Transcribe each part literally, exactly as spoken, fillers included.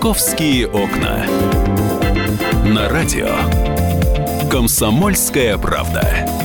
«Московские окна». На радио «Комсомольская правда».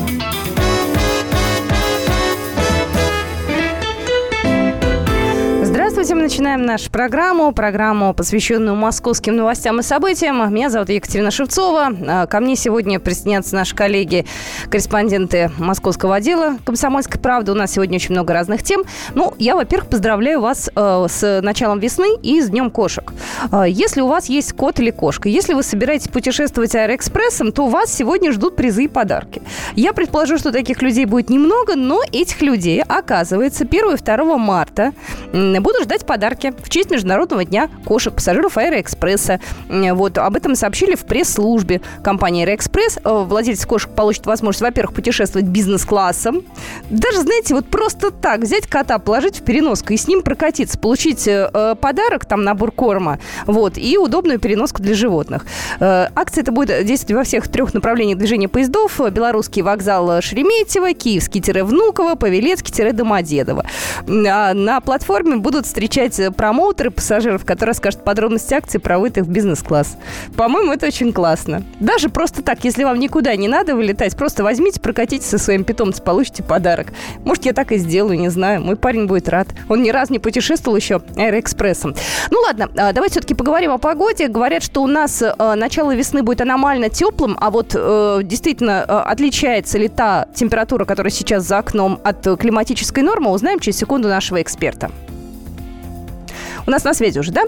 Здравствуйте, мы начинаем нашу программу, программу, посвященную московским новостям и событиям. Меня зовут Екатерина Шевцова. Ко мне сегодня присоединятся наши коллеги, корреспонденты московского отдела «Комсомольской правды». У нас сегодня очень много разных тем. Ну, я, во-первых, поздравляю вас э, с началом весны и с Днем кошек. Э, если у вас есть кот или кошка, если вы собираетесь путешествовать аэроэкспрессом, то вас сегодня ждут призы и подарки. Я предположу, что таких людей будет немного, но этих людей, оказывается, первого и второго марта будут ждать подарки в честь Международного дня кошек, пассажиров Аэроэкспресса. Вот, об этом сообщили в пресс-службе компании Аэроэкспресс. Владелец кошек получит возможность, во-первых, путешествовать бизнес-классом. Даже, знаете, вот просто так взять кота, положить в переноску и с ним прокатиться, получить э, подарок, там, набор корма, вот, и удобную переноску для животных. Э, акция эта будет действовать во всех трех направлениях движения поездов. Белорусский вокзал Шереметьево, Киевский-Внуково, Павелецкий-Домодедово. А на платформе будут встречать промоутеры пассажиров, которые расскажут подробности акции, проводят их в бизнес-класс. По-моему, это очень классно. Даже просто так, если вам никуда не надо вылетать, просто возьмите, прокатитесь со своим питомцем, получите подарок. Может, я так и сделаю, не знаю. Мой парень будет рад. Он ни разу не путешествовал еще Аэроэкспрессом. Ну ладно, давайте все-таки поговорим о погоде. Говорят, что у нас начало весны будет аномально теплым, а вот действительно отличается ли та температура, которая сейчас за окном, от климатической нормы, узнаем через секунду нашего эксперта. У нас на связи уже, да?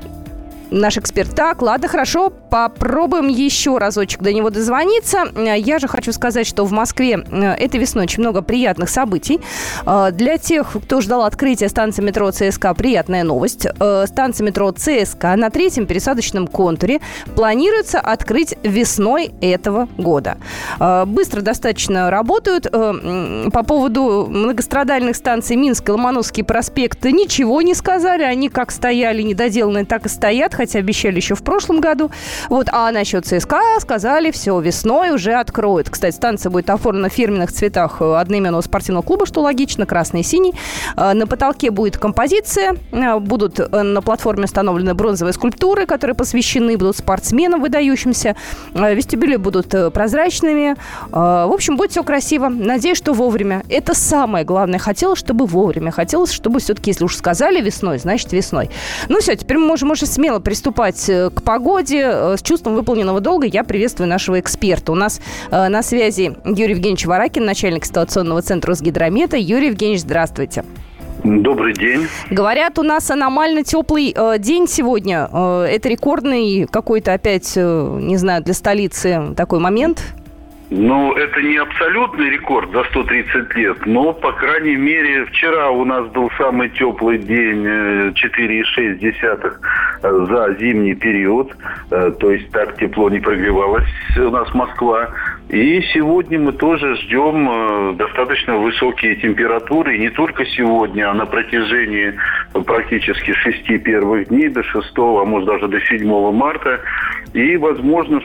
Наш эксперт. Так, ладно, хорошо. Попробуем еще разочек до него дозвониться. Я же хочу сказать, что в Москве этой весной очень много приятных событий. Для тех, кто ждал открытия станции метро ЦСКА, приятная новость. Станция метро ЦСКА на третьем пересадочном контуре планируется открыть весной этого года. Быстро достаточно работают. По поводу многострадальных станций Минск и Ломоносовский проспект ничего не сказали. Они как стояли недоделанные, так и стоят, хотя обещали еще в прошлом году. Вот, а насчет ЦСКА сказали, все, весной уже откроют. Кстати, станция будет оформлена в фирменных цветах одноименного спортивного клуба, что логично, красный и синий. На потолке будет композиция, будут на платформе установлены бронзовые скульптуры, которые посвящены будут спортсменам выдающимся. Вестибюли будут прозрачными. В общем, будет все красиво. Надеюсь, что вовремя. Это самое главное. Хотелось, чтобы вовремя. Хотелось, чтобы все-таки, если уж сказали весной, значит весной. Ну все, теперь мы можем уже смело приступать к погоде. С чувством выполненного долга я приветствую нашего эксперта. У нас э, на связи Юрий Евгеньевич Варакин, начальник ситуационного центра Росгидромета. Юрий Евгеньевич, здравствуйте. Добрый день. Говорят, у нас аномально теплый э, день сегодня. Э, это рекордный какой-то опять, э, не знаю, для столицы такой момент. Ну, это не абсолютный рекорд за сто тридцать лет, но, по крайней мере, вчера у нас был самый теплый день, четыре и шесть десятых за зимний период. То есть так тепло не прогревалась у нас Москва. И сегодня мы тоже ждем достаточно высокие температуры. И не только сегодня, а на протяжении практически шести первых дней до шестого, а может даже до седьмого марта. И возможно,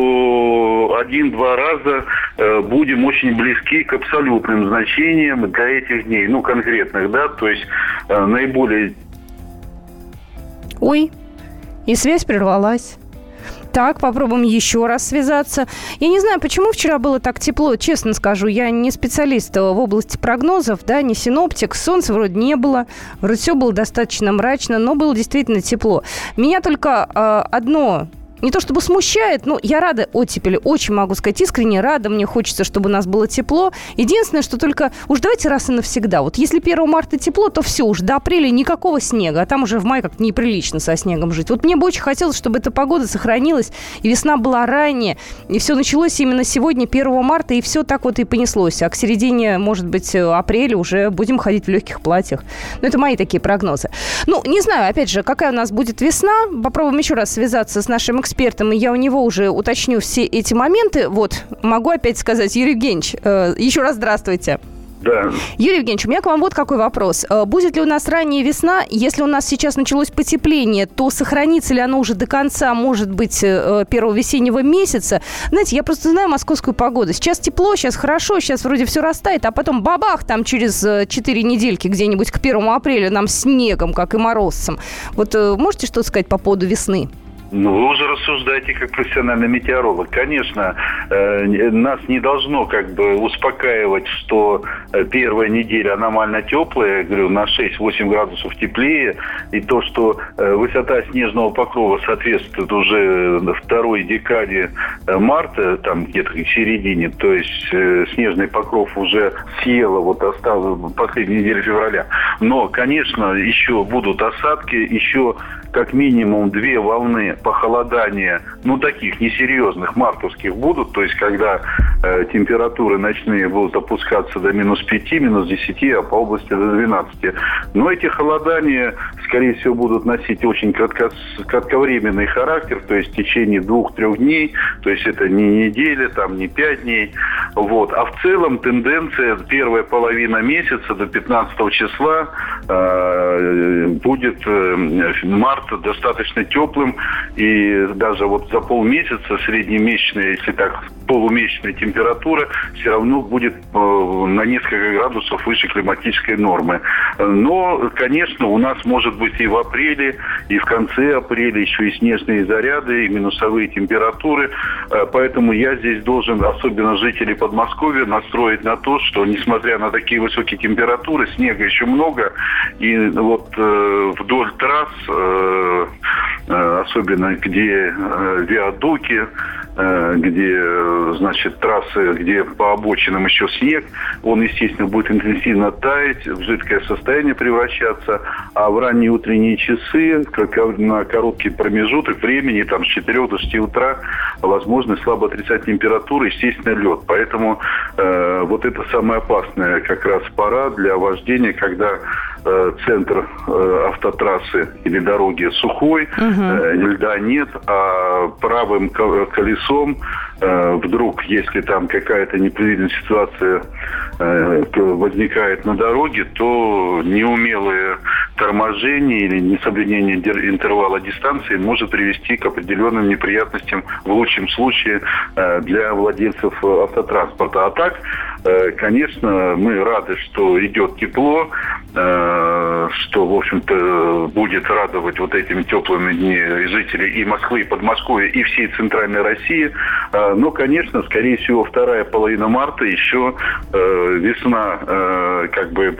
что один-два раза э, будем очень близки к абсолютным значениям для этих дней. Ну, конкретных, да, то есть э, наиболее... Ой, и связь прервалась. Так, попробуем еще раз связаться. Я не знаю, почему вчера было так тепло, честно скажу. Я не специалист в области прогнозов, да, не синоптик. Солнца вроде не было, вроде все было достаточно мрачно, но было действительно тепло. Меня только э, одно... Не то чтобы смущает, но я рада оттепели. Очень могу сказать, искренне рада. Мне хочется, чтобы у нас было тепло. Единственное, что только уж давайте раз и навсегда. Вот если первого марта тепло, то все, уж до апреля никакого снега. А там уже в мае как-то неприлично со снегом жить. Вот мне бы очень хотелось, чтобы эта погода сохранилась. И весна была ранее. И все началось именно сегодня, первого марта. И все так вот и понеслось. А к середине, может быть, апреля уже будем ходить в легких платьях. Но это мои такие прогнозы. Ну, не знаю, опять же, какая у нас будет весна. Попробуем еще раз связаться с нашим экспертом. экспертом, и я у него уже уточню все эти моменты. Вот, могу опять сказать, Юрий Евгеньевич, э, еще раз здравствуйте. Да. Юрий Евгеньевич, у меня к вам вот какой вопрос. Будет ли у нас ранняя весна? Если у нас сейчас началось потепление, то сохранится ли оно уже до конца, может быть, первого весеннего месяца? Знаете, я просто знаю московскую погоду. Сейчас тепло, сейчас хорошо, сейчас вроде все растает, а потом бабах, там через четыре недельки где-нибудь к первому апреля нам снегом, как и морозцем. Вот можете что-то сказать по поводу весны? Ну, вы уже рассуждаете как профессиональный метеоролог. Конечно, э, нас не должно как бы успокаивать, что первая неделя аномально теплая, я говорю, на шесть-восемь градусов теплее, и то, что э, высота снежного покрова соответствует уже второй декаде марта, там где-то к середине, то есть э, снежный покров уже съело, вот осталось последней неделе февраля. Но, конечно, еще будут осадки, еще как минимум две волны похолодания, ну, таких несерьезных, мартовских будут, то есть, когда э, температуры ночные будут опускаться до минус пяти, минус десяти, а по области до двенадцати. Но эти холодания, скорее всего, будут носить очень кратко, кратковременный характер, то есть, в течение двух-трех дней, то есть, это не неделя, там, не пять дней, вот. А в целом тенденция, первая половина месяца до пятнадцатого числа э, будет э, март достаточно теплым, и даже вот за полмесяца среднемесячная, если так, полумесячная температура все равно будет э, на несколько градусов выше климатической нормы. Но, конечно, у нас может быть и в апреле, и в конце апреля еще и снежные заряды, и минусовые температуры. Э, поэтому я здесь должен, особенно жителей Подмосковья, настроить на то, что, несмотря на такие высокие температуры, снега еще много, и вот э, вдоль трасс, э, э, особенно где э, виадуки, э, где, э, значит, трассы, где по обочинам еще снег, он, естественно, будет интенсивно таять, в жидкое состояние превращаться, а в ранние утренние часы, как на короткий промежуток времени, там, с четырёх до шести утра, возможно, слабо отрицательная температура, естественно, лед. Поэтому э, вот это самая опасная как раз пора для вождения, когда э, центр э, автотрассы или дороги сухой, угу. э, льда нет, а правым колесом э, вдруг, если там какая-то непредвиденная ситуация э, возникает на дороге, то неумелое торможение или несоблюдение интервала дистанции может привести к определенным неприятностям, в лучшем случае, э, для владельцев автотранспорта. А так, э, конечно, мы рады, что идет тепло, э, что, в общем-то, будет радовать вот этими теплыми днями жителей и Москвы, и Подмосковья, и всей центральной России. Э, но, конечно, скорее всего, вторая половина марта еще э, весна э, как бы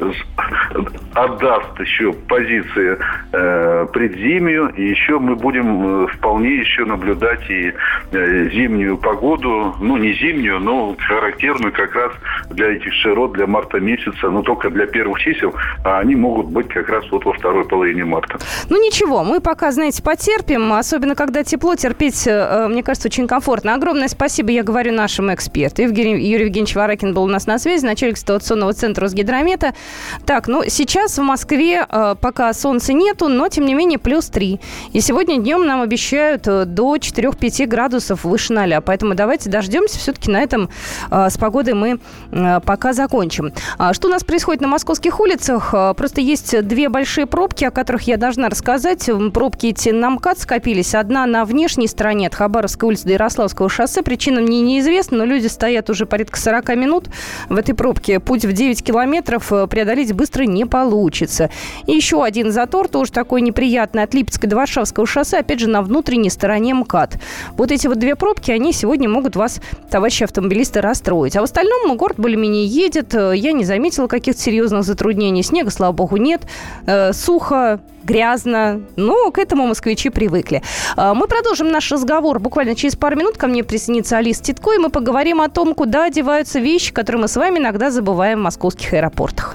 отдаст еще позиции э, предзимию, и еще мы будем э, вполне еще наблюдать и э, зимнюю погоду, ну, не зимнюю, но характерную как раз для этих широт, для марта месяца, но только для первых чисел, а они могут быть как раз вот во второй половине марта. Ну, ничего, мы пока, знаете, потерпим, особенно когда тепло, терпеть, э, мне кажется, очень комфортно. Огромное спасибо, я говорю, нашим экспертам. Евгений, Юрий Евгеньевич Варакин был у нас на связи, начальник ситуационного центра Росгидромета. Так, ну, сейчас в Москве э, пока солнца нету, но, тем не менее, плюс три. И сегодня днем нам обещают до четыре-пять градусов выше ноля. Поэтому давайте дождемся. Все-таки на этом э, с погодой мы э, пока закончим. А что у нас происходит на московских улицах? Э, просто есть две большие пробки, о которых я должна рассказать. Пробки эти на МКАД скопились. Одна на внешней стороне от Хабаровской улицы до Ярославского шоссе. Причина мне неизвестна, но люди стоят уже порядка сорок минут в этой пробке. Путь в девять километров преодолеть быстро не получится. И еще один затор, тоже такой неприятный, от Липецка до Варшавского шоссе, опять же, на внутренней стороне МКАД. Вот эти вот две пробки, они сегодня могут вас, товарищи автомобилисты, расстроить. А в остальном город более-менее едет. Я не заметила каких-то серьезных затруднений. Снега, слава богу, нет. Э, сухо, грязно. Но к этому москвичи привыкли. Мы продолжим наш разговор буквально через пару минут. Ко мне присоединится Алиса Титко, и мы поговорим о том, куда одеваются вещи, которые мы с вами иногда забываем в московских аэропортах.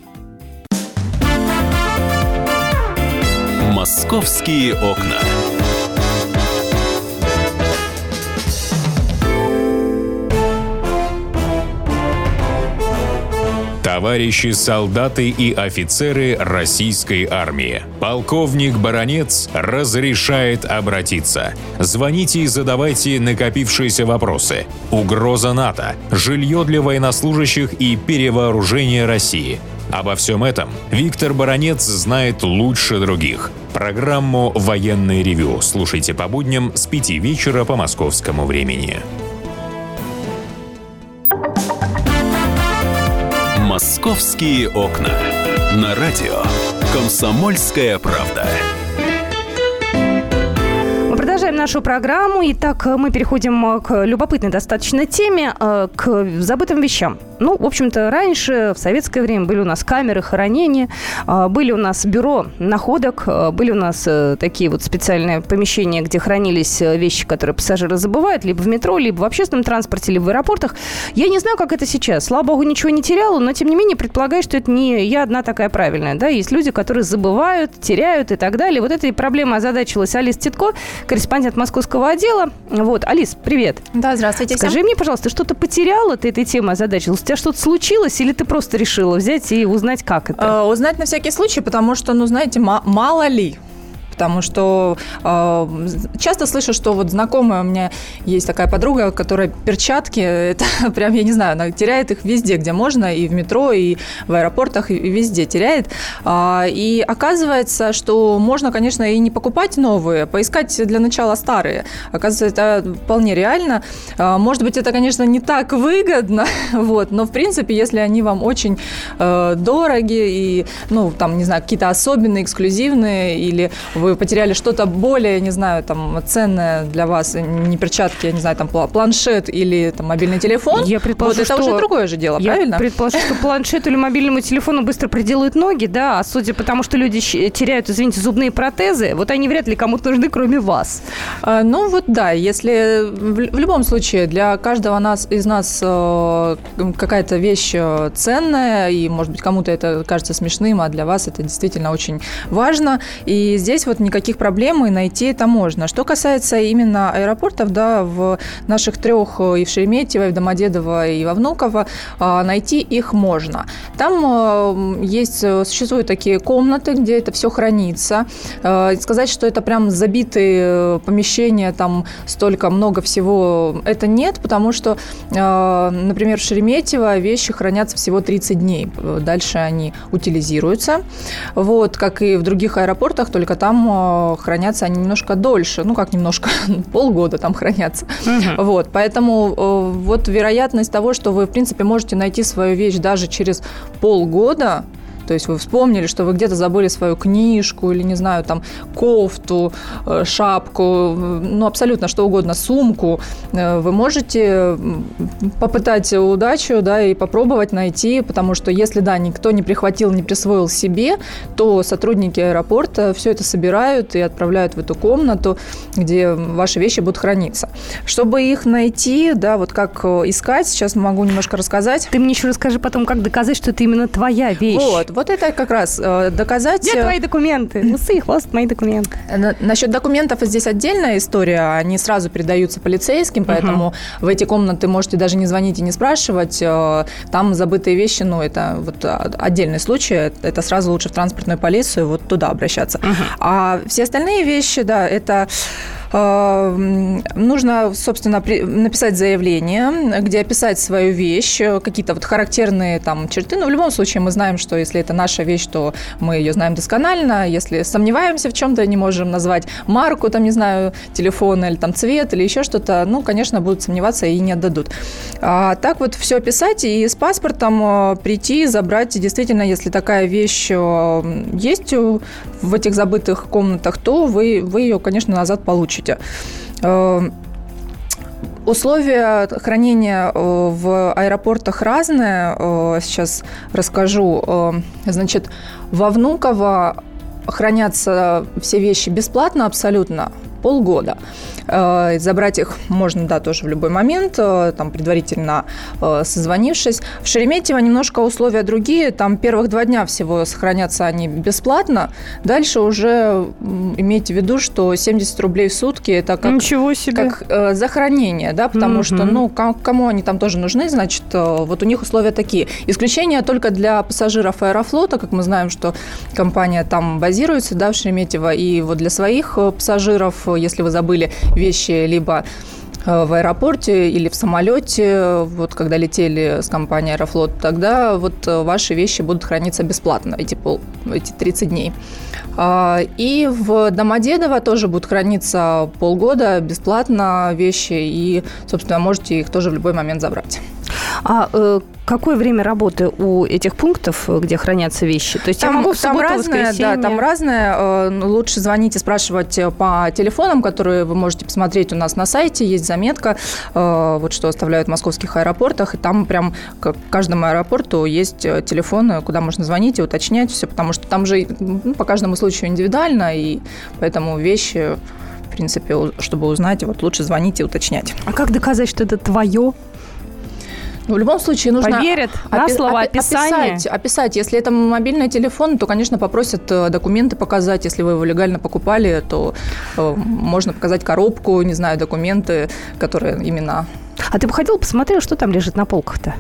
«Московские окна». Товарищи солдаты и офицеры российской армии, полковник Баранец разрешает обратиться. Звоните и задавайте накопившиеся вопросы. Угроза НАТО, жилье для военнослужащих и перевооружение России. Обо всем этом Виктор Баранец знает лучше других. Программу «Военное ревю» слушайте по будням с пяти вечера по московскому времени. «Московские окна». На радио «Комсомольская правда». Мы продолжаем нашу программу. Итак, мы переходим к любопытной достаточно теме, к забытым вещам. Ну, в общем-то, раньше, в советское время, были у нас камеры хранения, были у нас бюро находок, были у нас такие вот специальные помещения, где хранились вещи, которые пассажиры забывают, либо в метро, либо в общественном транспорте, либо в аэропортах. Я не знаю, как это сейчас. Слава богу, ничего не теряла, но, тем не менее, предполагаю, что это не я одна такая правильная. Да? Есть люди, которые забывают, теряют и так далее. Вот этой проблемой озадачилась Алиса Титко, корреспондент московского отдела. Вот, Алис, привет. Да, здравствуйте. Скажи всем. мне, пожалуйста, ты что-то потеряла, ты этой темой озадачилась? У тебя что-то случилось, или ты просто решила взять и узнать, как это? Э, узнать на всякий случай, потому что, ну, знаете, м- мало ли. Потому что э, часто слышу, что вот знакомая у меня есть такая подруга, которая перчатки, это прям, я не знаю, она теряет их везде, где можно, и в метро, и в аэропортах, и везде теряет. Э, и оказывается, что можно, конечно, и не покупать новые, поискать для начала старые. Оказывается, это вполне реально. Э, может быть, это, конечно, не так выгодно, вот, но, в принципе, если они вам очень э, дороги и, ну, там, не знаю, какие-то особенные, эксклюзивные, или вы потеряли что-то более, не знаю, там, ценное для вас, не перчатки, я не знаю, там, планшет или там, мобильный телефон, я вот это что... уже другое же дело, я правильно? Я предположу, что планшету или мобильному телефону быстро приделают ноги, да, а судя по тому, что люди теряют, извините, зубные протезы, вот они вряд ли кому-то нужны, кроме вас. А, ну вот да, если в, в любом случае для каждого нас, из нас э, какая-то вещь ценная, и, может быть, кому-то это кажется смешным, а для вас это действительно очень важно, и здесь вот никаких проблем, и найти это можно. Что касается именно аэропортов, да, в наших трех, и в Шереметьево, и в Домодедово, и во Внуково, найти их можно. Там есть, существуют такие комнаты, где это все хранится. Сказать, что это прям забитые помещения, там столько много всего, это нет, потому что, например, в Шереметьево вещи хранятся всего тридцать дней. Дальше они утилизируются. Вот, как и в других аэропортах, только там хранятся они немножко дольше, ну как немножко, полгода там хранятся. Uh-huh. Вот, поэтому вот вероятность того, что вы, в принципе, можете найти свою вещь даже через полгода, то есть вы вспомнили, что вы где-то забыли свою книжку или, не знаю, там, кофту, шапку, ну, абсолютно что угодно, сумку, вы можете попытать удачу, да, и попробовать найти, потому что если, да, никто не прихватил, не присвоил себе, то сотрудники аэропорта все это собирают и отправляют в эту комнату, где ваши вещи будут храниться. Чтобы их найти, да, вот как искать, сейчас могу немножко рассказать. Ты мне еще расскажи потом, как доказать, что это именно твоя вещь. Вот. Вот это как раз э, доказать... Где твои документы? Усы, хвост, мои документы. На, насчет документов здесь отдельная история. Они сразу передаются полицейским, поэтому uh-huh. в эти комнаты можете даже не звонить и не спрашивать. Э, там забытые вещи, ну, это вот отдельный случай. Это сразу лучше в транспортную полицию, вот туда обращаться. Uh-huh. А все остальные вещи, да, это... Нужно, собственно, написать заявление, где описать свою вещь, какие-то вот характерные там черты. Но в любом случае мы знаем, что если это наша вещь, то мы ее знаем досконально. Если сомневаемся в чем-то, не можем назвать марку, там, не знаю, телефона или там цвет или еще что-то, ну, конечно, будут сомневаться и не отдадут. А так вот все описать и с паспортом прийти, забрать. Действительно, если такая вещь есть в этих забытых комнатах, то вы, вы ее, конечно, назад получите. Условия хранения в аэропортах разные. Сейчас расскажу. Значит, во Внуково хранятся все вещи бесплатно абсолютно. полгода. Забрать их можно, да, тоже в любой момент, там, предварительно созвонившись. В Шереметьево немножко условия другие. Там первых два дня всего сохранятся они бесплатно. Дальше уже имейте в виду, что семьдесят рублей в сутки – это как, Ничего себе. как за хранение, да, потому mm-hmm. что, ну, кому они там тоже нужны, значит, вот у них условия такие. Исключение только для пассажиров Аэрофлота, как мы знаем, что компания там базируется, да, в Шереметьево, и вот для своих пассажиров, если вы забыли вещи либо в аэропорте или в самолете, вот когда летели с компанией Аэрофлот, тогда вот ваши вещи будут храниться бесплатно эти, пол, эти тридцать дней. И в Домодедово тоже будут храниться полгода бесплатно вещи, и, собственно, можете их тоже в любой момент забрать. А э, какое время работы у этих пунктов, где хранятся вещи? То есть там, я могу в субботу, там разное, воскресенье? Да, там разное. Лучше звонить и спрашивать по телефонам, которые вы можете посмотреть у нас на сайте. Есть заметка, вот что оставляют в московских аэропортах. И там прям к каждому аэропорту есть телефон, куда можно звонить и уточнять все, потому что там же ну, по каждому случаю индивидуально, и поэтому вещи, в принципе, чтобы узнать, вот лучше звонить и уточнять. А как доказать, что это твое? Ну, в любом случае нужно Поверят на опи- слово опи- описание. Описать, описать. Если это мобильный телефон, то, конечно, попросят документы показать. Если вы его легально покупали, то э, можно показать коробку, не знаю, документы, которые именно... А ты бы ходила, посмотрела, что там лежит на полках-то?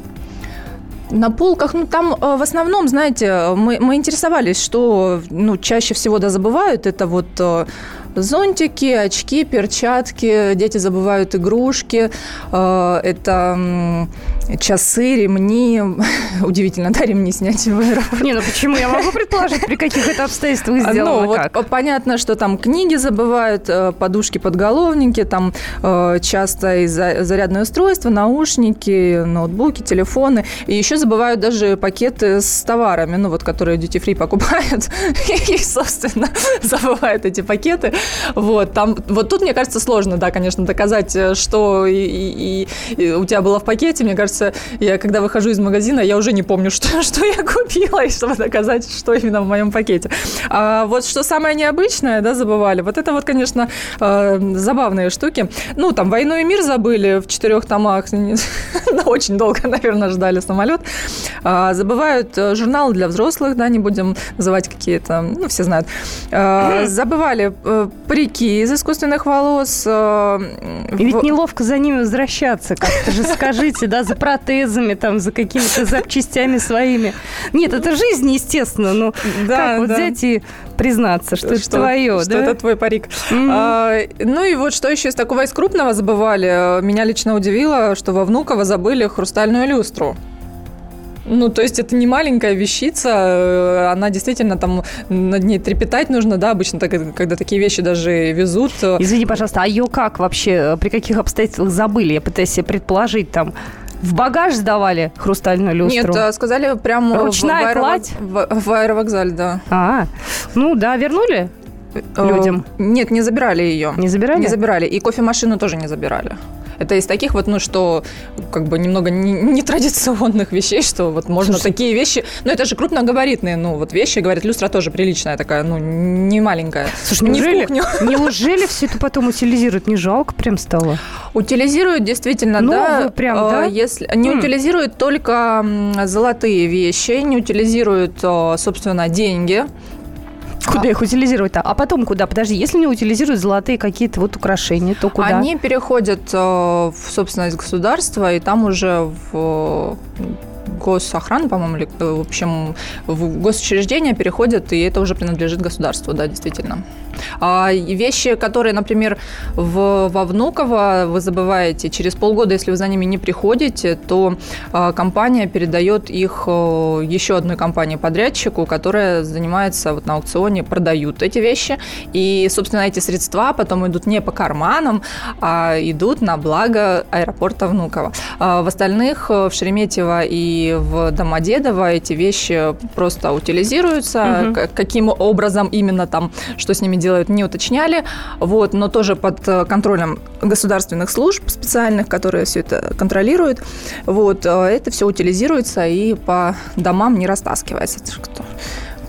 На полках, ну, там э, в основном, знаете, мы, мы интересовались, что ну, чаще всего да, забывают. Это вот э, зонтики, очки, перчатки, дети забывают игрушки, э, это э, часы, ремни. Удивительно, да, ремни снять в аэропорт. Не, ну почему? Я могу предположить, при каких это обстоятельствах сделано, ну, вот как? Понятно, что там книги забывают, подушки, подголовники, там э, часто и за, зарядное устройство, наушники, ноутбуки, телефоны. И еще забывают даже пакеты с товарами, ну вот, которые duty-free покупают, и, собственно, забывают эти пакеты. Вот, там, вот тут, мне кажется, сложно, да, конечно, доказать, что и, и, и у тебя было в пакете. Мне кажется, я, когда выхожу из магазина, я уже не помню, что, что я купила, и чтобы доказать, что именно в моем пакете. А вот что самое необычное, да, забывали, вот это вот, конечно, забавные штуки. Ну, там, «Войну и мир» забыли в четырех томах, очень долго, наверное, ждали самолет. Забывают журналы для взрослых, да, не будем называть какие-то, ну, все знают. Забывали парики из искусственных волос. И ведь неловко за ними возвращаться, как-то же скажите, да, за протезами, там, за какими-то запчастями своими. Нет, это жизнь, естественно, но да, как вот да. взять и признаться, что, что это твое, что да? это твой парик. Mm-hmm. А, ну и вот что еще из такого из крупного забывали. Меня лично удивило, что во Внуково забыли хрустальную люстру. Ну, то есть это не маленькая вещица, она действительно там над ней трепетать нужно, да, обычно, так, когда такие вещи даже везут. Извини, пожалуйста, а ее как вообще, при каких обстоятельствах забыли? Я пытаюсь себе предположить, там, в багаж сдавали хрустальную люстру? Нет, сказали прямо ручная в, кладь? В, в аэровокзале, да. А, ну да, вернули людям? Нет, не забирали ее. Не забирали? Не забирали, и кофемашину тоже не забирали. Это из таких вот, ну, что как бы немного нетрадиционных вещей, что вот можно Слушай, такие вещи... Ну, это же крупногабаритные, ну, вот вещи, говорят, люстра тоже приличная такая, ну, не маленькая. Слушай, не неужели, в кухню. Неужели все это потом утилизируют? Не жалко прям стало? Утилизируют, действительно, Новую да. прям, да? Если, не mm. утилизируют только золотые вещи, не утилизируют, собственно, деньги. Куда их утилизировать-то? А потом куда? Подожди, если не утилизируют золотые какие-то вот украшения, то куда? Они переходят в собственность государства, и там уже в госохрану, по-моему, или, в общем, в госучреждения переходят, и это уже принадлежит государству, да, действительно. А вещи, которые, например, в, во Внуково вы забываете, через полгода, если вы за ними не приходите, то а, компания передает их а, еще одной компании-подрядчику, которая занимается вот, на аукционе, продают эти вещи. И, собственно, эти средства потом идут не по карманам, а идут на благо аэропорта Внуково. А в остальных, в Шереметьево и в Домодедово, эти вещи просто утилизируются. Угу. Каким образом именно там, что с ними делают, не уточняли, вот, но тоже под контролем государственных служб специальных, которые все это контролируют. Вот, это все утилизируется и по домам не растаскивается. Кто,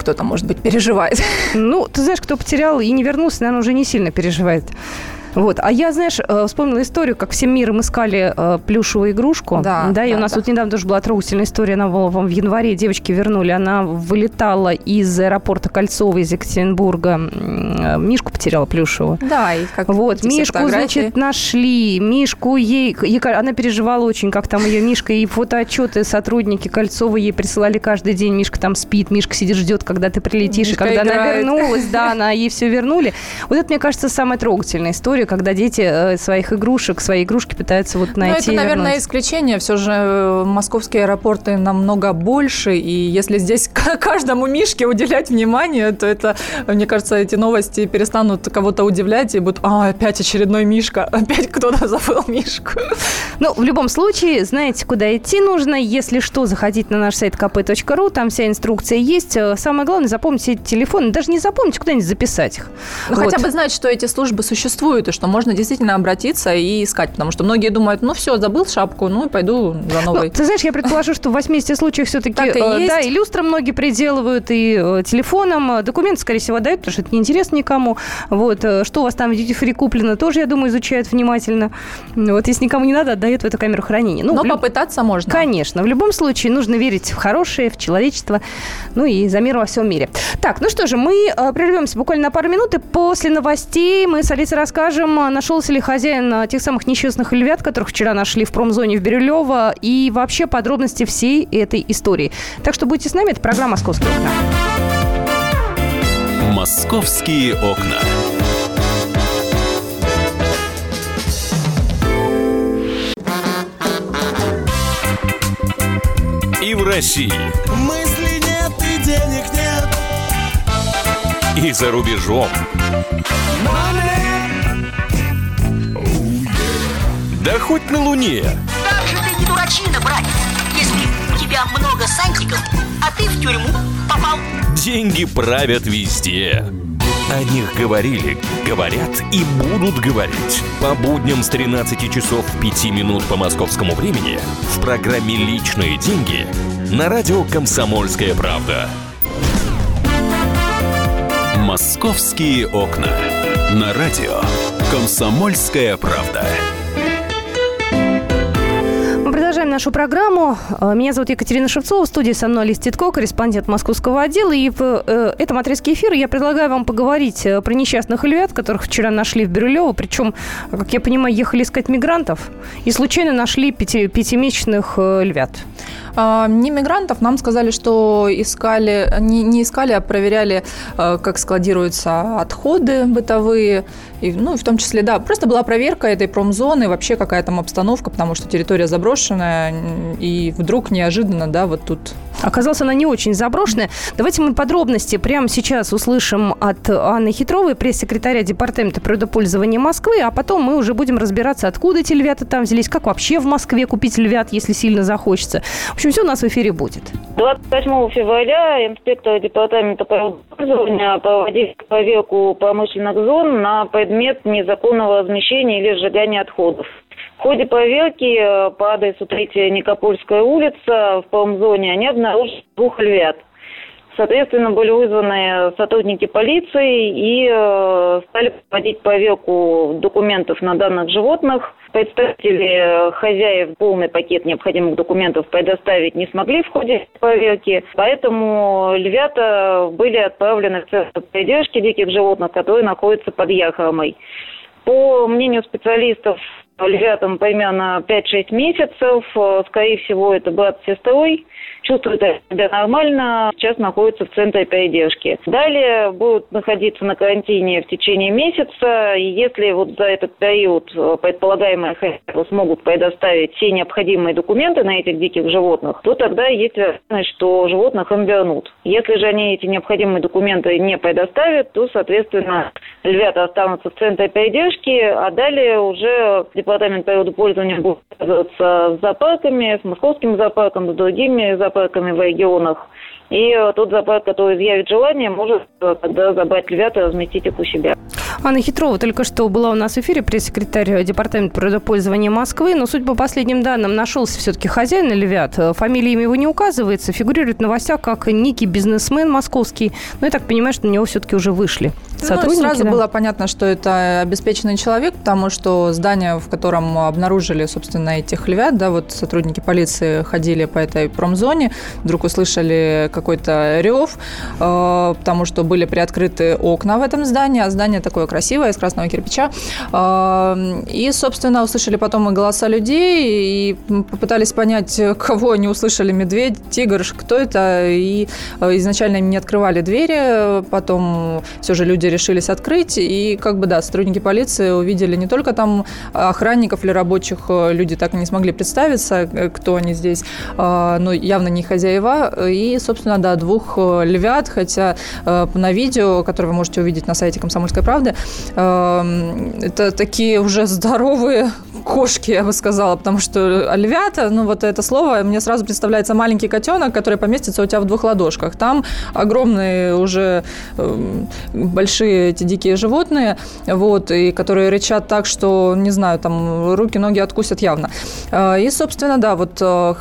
кто-то, может быть, переживает. Ну, ты знаешь, кто потерял и не вернулся, наверное, уже не сильно переживает. Вот. А я, знаешь, вспомнила историю, как всем миром искали э, плюшевую игрушку. Да, да, и да, у нас да. тут недавно тоже была трогательная история. Она была в январе, девочки вернули. Она вылетала из аэропорта Кольцова из Екатеринбурга. Мишку потеряла плюшевую. Да, и как вот, Мишку, значит, нашли. Мишку ей... ей... Она переживала очень, как там ее Мишка. И фотоотчеты сотрудники Кольцова ей присылали каждый день. Мишка там спит, Мишка сидит, ждет, когда ты прилетишь. Мишка и когда играет. Она вернулась, да, она ей все вернули. Вот это, мне кажется, самая трогательная история, когда дети своих игрушек, свои игрушки пытаются вот найти. Ну, это, наверное, вернуть. Исключение. Все же московские аэропорты намного больше, и если здесь каждому мишке уделять внимание, то это, мне кажется, эти новости перестанут кого-то удивлять и будут, а, опять очередной мишка, опять кто-то забыл мишку. Ну, в любом случае, знаете, куда идти нужно. Если что, заходите на наш сайт ка пэ точка ру, там вся инструкция есть. Самое главное, запомните эти телефоны, даже не запомните, куда-нибудь записать их. Ну, вот. Хотя бы знать, что эти службы существуют, и что можно действительно обратиться и искать, потому что многие думают, ну все, забыл шапку, ну и пойду за новой. Ну, ты знаешь, я предположу, что в восьмидесяти случаях все-таки и э, да, и люстры многие приделывают, и э, телефоном. Документы, скорее всего, дают, потому что это неинтересно никому. Вот, э, что у вас там в дьюти-фри куплено, тоже, я думаю, изучают внимательно. Вот, если никому не надо, отдают в эту камеру хранения. Ну, Но люб... попытаться можно. Конечно. В любом случае нужно верить в хорошее, в человечество, ну и за мир во всем мире. Так, ну что же, мы э, прервемся буквально на пару минут, и после новостей мы с Алисой расскажем, нашелся ли хозяин тех самых несчастных львят, которых вчера нашли в промзоне в Бирюлево, и вообще подробности всей этой истории. Так что будьте с нами, это программа «Московские окна». «Московские окна». И в России. Мысли нет и денег нет. И за рубежом. Да хоть на Луне. Как же ты не дурачина, братец, если у тебя много сантиков, а ты в тюрьму попал. Деньги правят везде. О них говорили, говорят и будут говорить. По будням с тринадцати часов пяти минут по московскому времени в программе «Личные деньги» на радио «Комсомольская правда». «Московские окна» на радио «Комсомольская правда». Продолжаем нашу программу. Меня зовут Екатерина Шевцова. В студии со мной Алиса Титко, корреспондент московского отдела. И в э, этом отрезке эфира я предлагаю вам поговорить про несчастных львят, которых вчера нашли в Бирюлево. Причем, как я понимаю, ехали искать мигрантов и случайно нашли пяти, пятимесячных э, львят. А, не мигрантов. Нам сказали, что искали, не, не искали, а проверяли, э, как складируются отходы бытовые. И, ну, в том числе, да, просто была проверка этой промзоны, вообще какая там обстановка, потому что территория заброшенная, и вдруг неожиданно, да, вот тут... Оказалось, она не очень заброшенная. Давайте мы подробности прямо сейчас услышим от Анны Хитровой, пресс-секретаря Департамента природопользования Москвы, а потом мы уже будем разбираться, откуда эти львята там взялись, как вообще в Москве купить львят, если сильно захочется. В общем, все у нас в эфире будет. двадцать восьмого февраля инспекторы Департамента природопользования проводили проверку промышленных зон на предмет незаконного размещения или сжигания отходов. В ходе проверки по адресу третья Никопольская улица в промзоне они обнаружили двух львят. Соответственно, были вызваны сотрудники полиции и э, стали проводить проверку документов на данных животных. Представители хозяев полный пакет необходимых документов предоставить не смогли в ходе проверки, поэтому львята были отправлены в центр поддержки диких животных, который находится под Яхромой. По мнению специалистов, львятам примерно пять-шесть месяцев, скорее всего, это брат с сестрой, чувствуют себя нормально, сейчас находятся в центре передержки. Далее будут находиться на карантине в течение месяца, и если вот за этот период предполагаемые хозяева смогут предоставить все необходимые документы на этих диких животных, то тогда есть вероятность, что животных им вернут. Если же они эти необходимые документы не предоставят, то, соответственно, львята останутся в центре передержки, а далее уже Департамент природопользования будет связываться с зоопарками, с московским зоопарком, с другими зоопарками в регионах И тот зоопарк, который изъявит желание, может тогда забрать львят и разместить их у себя. Анна Хитрова только что была у нас в эфире, пресс-секретарь Департамента природопользования Москвы. Но, судя по последним данным, нашелся все-таки хозяин львят. Фамилия имя его не указывается. Фигурирует в новостях как некий бизнесмен московский. Но я так понимаю, что на него все-таки уже вышли сотрудники. Ну, сразу да? было понятно, что это обеспеченный человек, потому что здание, в котором обнаружили, собственно, этих львят, да, вот сотрудники полиции ходили по этой промзоне, вдруг услышали какой-то рев, э, потому что были приоткрыты окна в этом здании, а здание такое красивое, из красного кирпича. Э, и, собственно, услышали потом и голоса людей, и попытались понять, кого они услышали, медведь, тигр, кто это, и изначально им не открывали двери, потом все же люди решились открыть, и как бы, да, сотрудники полиции увидели не только там охранников или рабочих, люди так и не смогли представиться, кто они здесь, но явно не хозяева, и, собственно, да, двух львят, хотя на видео, которое вы можете увидеть на сайте «Комсомольской правды», это такие уже здоровые кошки, я бы сказала, потому что львята, ну вот это слово, мне сразу представляется маленький котенок, который поместится у тебя в двух ладошках. Там огромные уже большие эти дикие животные, вот, и которые рычат так, что, не знаю, там руки, ноги откусят явно. И, собственно, да, вот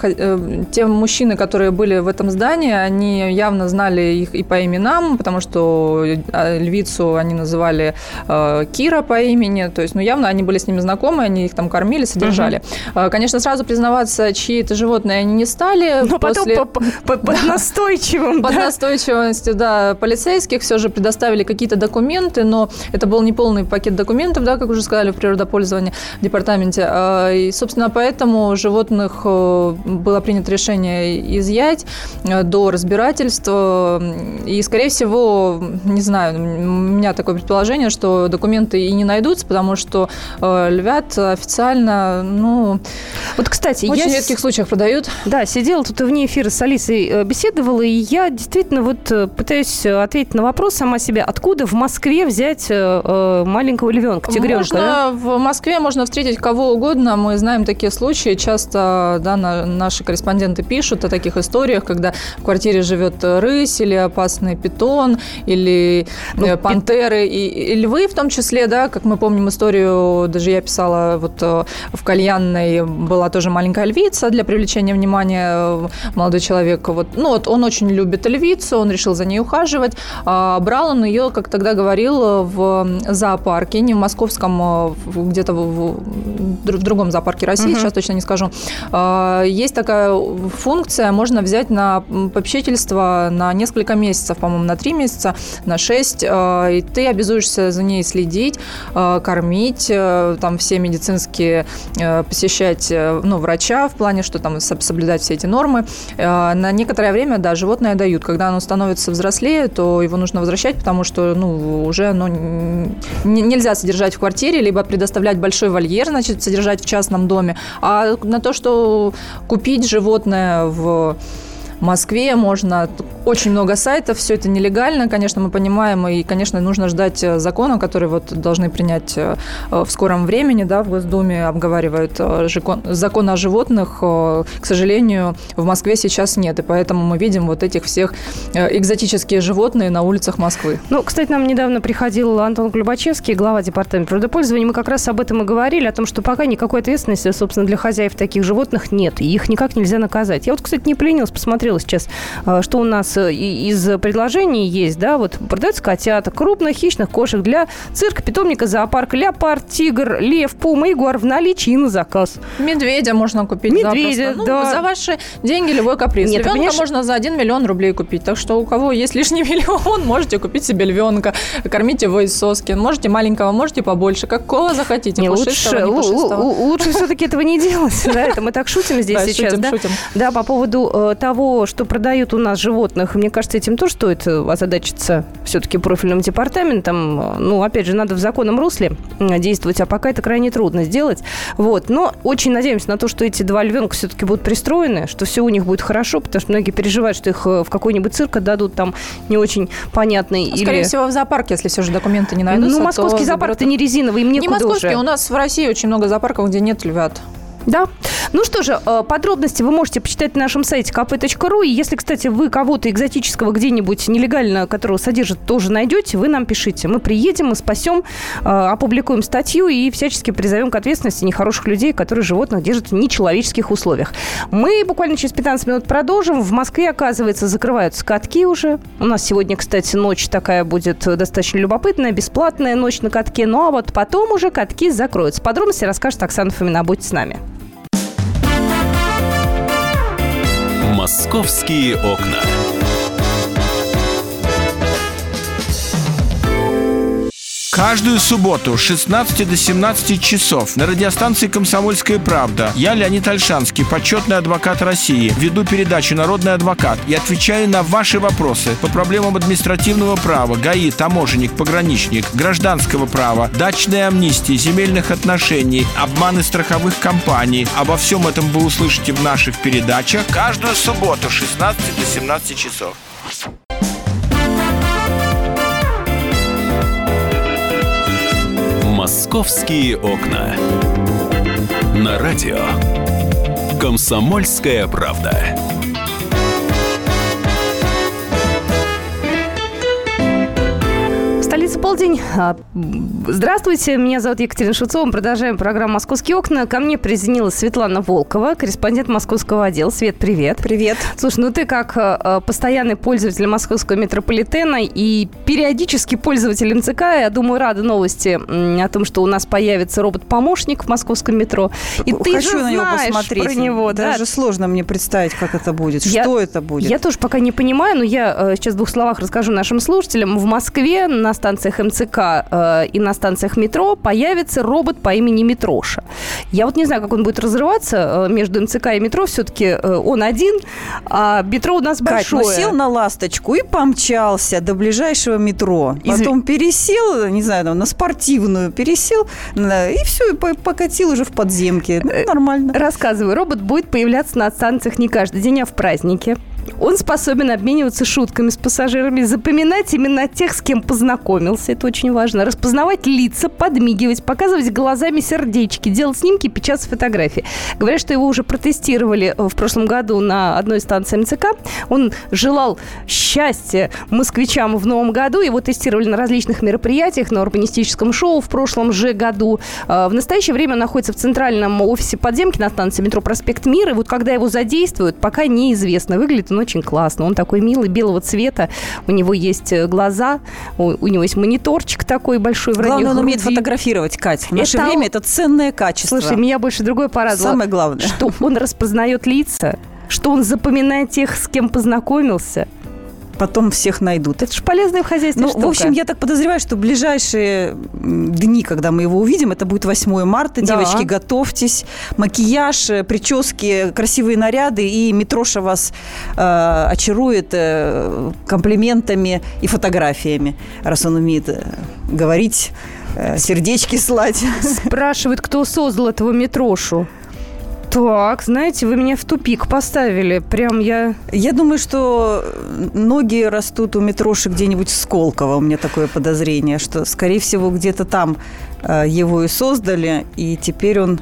те мужчины, которые были в этом здании, они явно знали их и по именам, потому что львицу они называли Кира по имени, то есть, ну, явно они были с ними знакомы, они их там кормили, содержали. Угу. Конечно, сразу признаваться, чьи это животные, они не стали. Но после... потом под настойчивым. Под настойчивостью, да, полицейских все же предоставили какие-то документы, но это был не полный пакет документов, да, как уже сказали, в природопользовании в департаменте. И, собственно, поэтому животных было принято решение изъять до разбирательства. И, скорее всего, не знаю, у меня такое предположение, что документы и не найдутся, потому что львят официально, ну, вот, кстати, в очень я редких случаях продают. Да, сидела тут и вне эфира с Алисой беседовала, и я действительно вот пытаюсь ответить на вопрос сама себе, откуда в Москве взять маленького львенка, тигренка? Можно, да? В Москве можно встретить кого угодно, мы знаем такие случаи, часто, да, на, наши корреспонденты пишут о таких историях, когда в квартире живет рысь или опасный питон, или ну, пантеры, и, и львы в том числе, да, как мы помним историю, даже я писала, вот в Кальянной была тоже маленькая львица для привлечения внимания, молодой человек, вот, ну вот он очень любит львицу, он решил за ней ухаживать, а брал он ее, как тогда говорил, в зоопарке, не в московском, где-то в, в другом зоопарке России, uh-huh. сейчас точно не скажу. Есть такая функция, можно взять на попечительство на несколько месяцев, по-моему, на три месяца, на шесть, и ты обязуешься за ней следить, кормить, там все медицинские посещать, ну, врача в плане, что там соблюдать все эти нормы. На некоторое время, да, животное дают. Когда оно становится взрослее, то его нужно возвращать, потому что, ну, уже оно нельзя содержать в квартире, либо предоставлять большой вольер, значит, содержать в частном доме. А на то, что купить животное в Москве можно, очень много сайтов, все это нелегально, конечно, мы понимаем, и, конечно, нужно ждать закона, который вот должны принять в скором времени, да, в Госдуме обговаривают закон о животных, к сожалению, в Москве сейчас нет, и поэтому мы видим вот этих всех экзотические животные на улицах Москвы. Ну, кстати, нам недавно приходил Антон Глубачевский, глава департамента природопользования, мы как раз об этом и говорили, о том, что пока никакой ответственности, собственно, для хозяев таких животных нет, и их никак нельзя наказать. Я вот, кстати, не поленилась, посмотрела сейчас, что у нас из предложений есть, да, вот продаются котята, крупных хищных кошек для цирка, питомника, зоопарка, леопард, тигр, лев, пума, ягуар в наличии и на заказ. Медведя можно купить Медведя, запросто. да. Ну, за ваши деньги любой каприз. Нет, львенка понимаешь... можно за один миллион рублей купить, так что у кого есть лишний миллион, можете купить себе львенка, кормить его из соски, можете маленького, можете побольше, какого захотите, не, пушистого, лучше, не пушистого. Лучше все-таки этого не делать, да, это мы так шутим здесь сейчас, да? Да, по поводу того, что продают у нас животных, мне кажется, этим тоже стоит озадачиться все-таки профильным департаментом. Ну, опять же, надо в законном русле действовать, а пока это крайне трудно сделать. Вот. Но очень надеемся на то, что эти два львенка все-таки будут пристроены, что все у них будет хорошо, потому что многие переживают, что их в какой-нибудь цирк отдадут там не очень понятный. Скорее или... всего, в зоопарке, если все же документы не найдутся. Ну, московский зоопарк-то не резиновый, им некуда не московский, уже. У нас в России очень много зоопарков, где нет львят. Да. Ну что же, подробности вы можете почитать на нашем сайте ка пэ точка ру. И если, кстати, вы кого-то экзотического где-нибудь нелегально, которого содержат, тоже найдете, вы нам пишите. Мы приедем, мы спасем, опубликуем статью и всячески призовем к ответственности нехороших людей, которые животных держат в нечеловеческих условиях. Мы буквально через пятнадцать минут продолжим. В Москве, оказывается, закрываются катки уже. У нас сегодня, кстати, ночь такая будет достаточно любопытная, бесплатная ночь на катке. Ну а вот потом уже катки закроются. Подробности расскажет Оксана Фомина. Будьте с нами. «Московские окна». Каждую субботу с шестнадцати до семнадцати часов на радиостанции «Комсомольская правда» я, Леонид Ольшанский, почетный адвокат России, веду передачу «Народный адвокат» и отвечаю на ваши вопросы по проблемам административного права, ГАИ, таможенник, пограничник, гражданского права, дачной амнистии, земельных отношений, обманы страховых компаний. Обо всем этом вы услышите в наших передачах каждую субботу с шестнадцати до семнадцати часов. «Московские окна». На радио «Комсомольская правда». Столица полдень. Здравствуйте, меня зовут Екатерина Шевцова. Мы продолжаем программу «Московские окна». Ко мне присоединилась Светлана Волкова, корреспондент московского отдела. Свет, привет. Привет. Слушай, ну ты как постоянный пользователь московского метрополитена и периодически пользователь эм цэ ка, я думаю, рада новости о том, что у нас появится робот-помощник в московском метро. И ты Хочу же на него знаешь посмотреть. про него. Даже да? сложно мне представить, как это будет. Я, что это будет? Я тоже пока не понимаю, но я сейчас в двух словах расскажу нашим слушателям. В Москве на станциях эм цэ ка э, и на станциях метро появится робот по имени Митроша. Я вот не знаю, как он будет разрываться э, между эм цэ ка и метро. Все-таки э, он один, а метро у нас Кать, большое. ну сел на ласточку и помчался до ближайшего метро. Изв... Потом пересел, не знаю, на спортивную, пересел, и все, и покатил уже в подземке. Ну, нормально. Рассказываю. Робот будет появляться на станциях не каждый день, а в праздники. Он способен обмениваться шутками с пассажирами, запоминать именно тех, с кем познакомился. Это очень важно. Распознавать лица, подмигивать, показывать глазами сердечки, делать снимки, печатать фотографии. Говорят, что его уже протестировали в прошлом году на одной станции эм цэ ка. Он желал счастья москвичам в новом году. Его тестировали на различных мероприятиях, на урбанистическом шоу в прошлом же году. В настоящее время он находится в центральном офисе подземки на станции метро «Проспект Мира». И вот когда его задействуют, пока неизвестно. Выглядит он очень классно. Он такой милый, белого цвета. У него есть глаза, у, у него есть мониторчик такой большой. Главное, он умеет фотографировать, Кать. В наше это... время это ценное качество. Слушай, меня больше другое порадовало. Самое главное. Что он распознает лица, что он запоминает тех, с кем познакомился. Потом всех найдут. Это же полезная в хозяйстве ну, штука. В общем, я так подозреваю, что в ближайшие дни, когда мы его увидим, это будет восьмое марта. Да. Девочки, готовьтесь. Макияж, прически, красивые наряды. И Митроша вас э, очарует э, комплиментами и фотографиями, раз он умеет э, говорить, э, сердечки слать. Спрашивают, кто создал этого Митрошу. Так, знаете, вы меня в тупик поставили. Прям я... Я думаю, что ноги растут у Митроши где-нибудь в Сколково. У меня такое подозрение, что, скорее всего, где-то там его и создали, и теперь он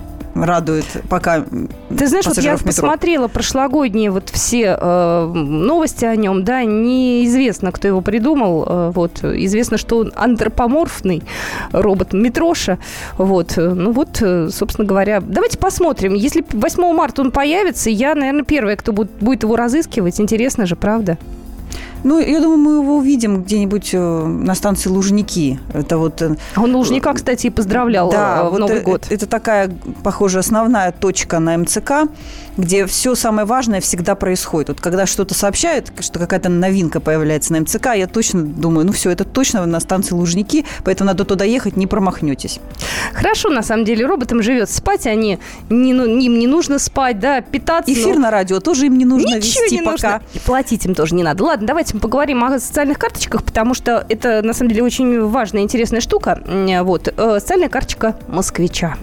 радует пока. Ты знаешь, вот я посмотрела прошлогодние вот все э, новости о нем, да, неизвестно, кто его придумал, э, вот, известно, что он антропоморфный робот Митроша, вот, ну вот, собственно говоря, давайте посмотрим, если восьмого марта он появится, я, наверное, первая, кто будет, будет его разыскивать, интересно же, правда? Ну, я думаю, мы его увидим где-нибудь на станции Лужники. Это вот... Он Лужника, кстати, и поздравлял да, в вот Новый это, год. Это такая, похоже, основная точка на эм цэ ка, где все самое важное всегда происходит. Вот когда что-то сообщают, что какая-то новинка появляется на эм цэ ка, я точно думаю, ну все, это точно на станции Лужники, поэтому надо туда ехать, не промахнетесь. Хорошо, на самом деле, роботам живет. Спать они, не, ну, им не нужно спать, да, питаться. Эфир но... на радио тоже им не нужно Ничего вести не пока. Нужно. И платить им тоже не надо. Ладно, давайте мы поговорим о социальных карточках, потому что это, на самом деле, очень важная, интересная штука. Вот, социальная карточка москвича.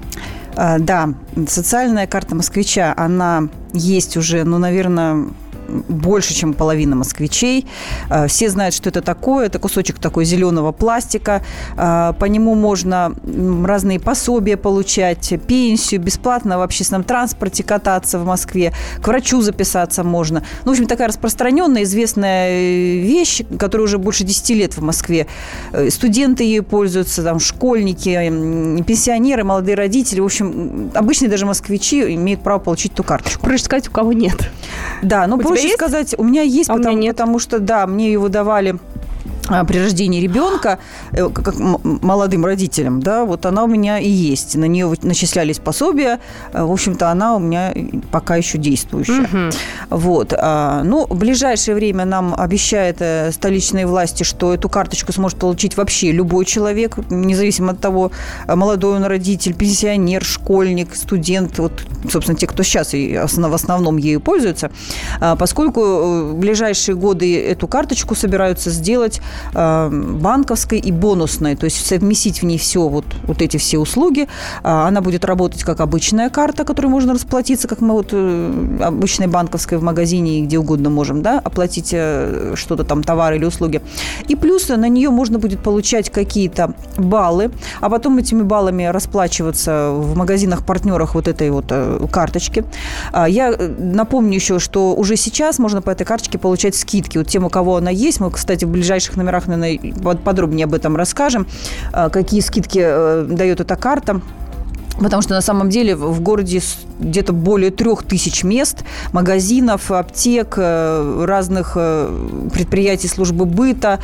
А, да, социальная карта москвича, она есть уже, ну, наверное, больше, чем половина москвичей. Все знают, что это такое. Это кусочек такой зеленого пластика. По нему можно разные пособия получать, пенсию, бесплатно в общественном транспорте кататься в Москве, к врачу записаться можно. Ну, в общем, такая распространенная, известная вещь, которая уже больше десяти лет в Москве. Студенты ею пользуются, там, школьники, пенсионеры, молодые родители. В общем, обычные даже москвичи имеют право получить эту карточку. Проще сказать, у кого нет. Да, ну, проще сказать, у меня есть, а потому, меня нет. потому что, да, мне ее выдавали при рождении ребенка, как молодым родителям, да, вот она у меня и есть. На нее начислялись пособия. В общем-то, она у меня пока еще действующая. Угу. Вот. Ну, в ближайшее время нам обещают столичные власти, что эту карточку сможет получить вообще любой человек, независимо от того, молодой он родитель, пенсионер, школьник, студент, вот, собственно, те, кто сейчас в основном ею пользуются, поскольку в ближайшие годы эту карточку собираются сделать банковской и бонусной, то есть совместить в ней все, вот, вот эти все услуги. Она будет работать как обычная карта, которой можно расплатиться, как мы вот обычной банковской в магазине и где угодно можем, да, оплатить что-то там, товары или услуги. И плюс на нее можно будет получать какие-то баллы, а потом этими баллами расплачиваться в магазинах-партнерах вот этой вот карточки. Я напомню еще, что уже сейчас можно по этой карточке получать скидки. Вот тем, у кого она есть, мы, кстати, в ближайших номерах, наверное, подробнее об этом расскажем, какие скидки дает эта карта. Потому что на самом деле в городе где-то более трех тысяч мест, магазинов, аптек, разных предприятий службы быта,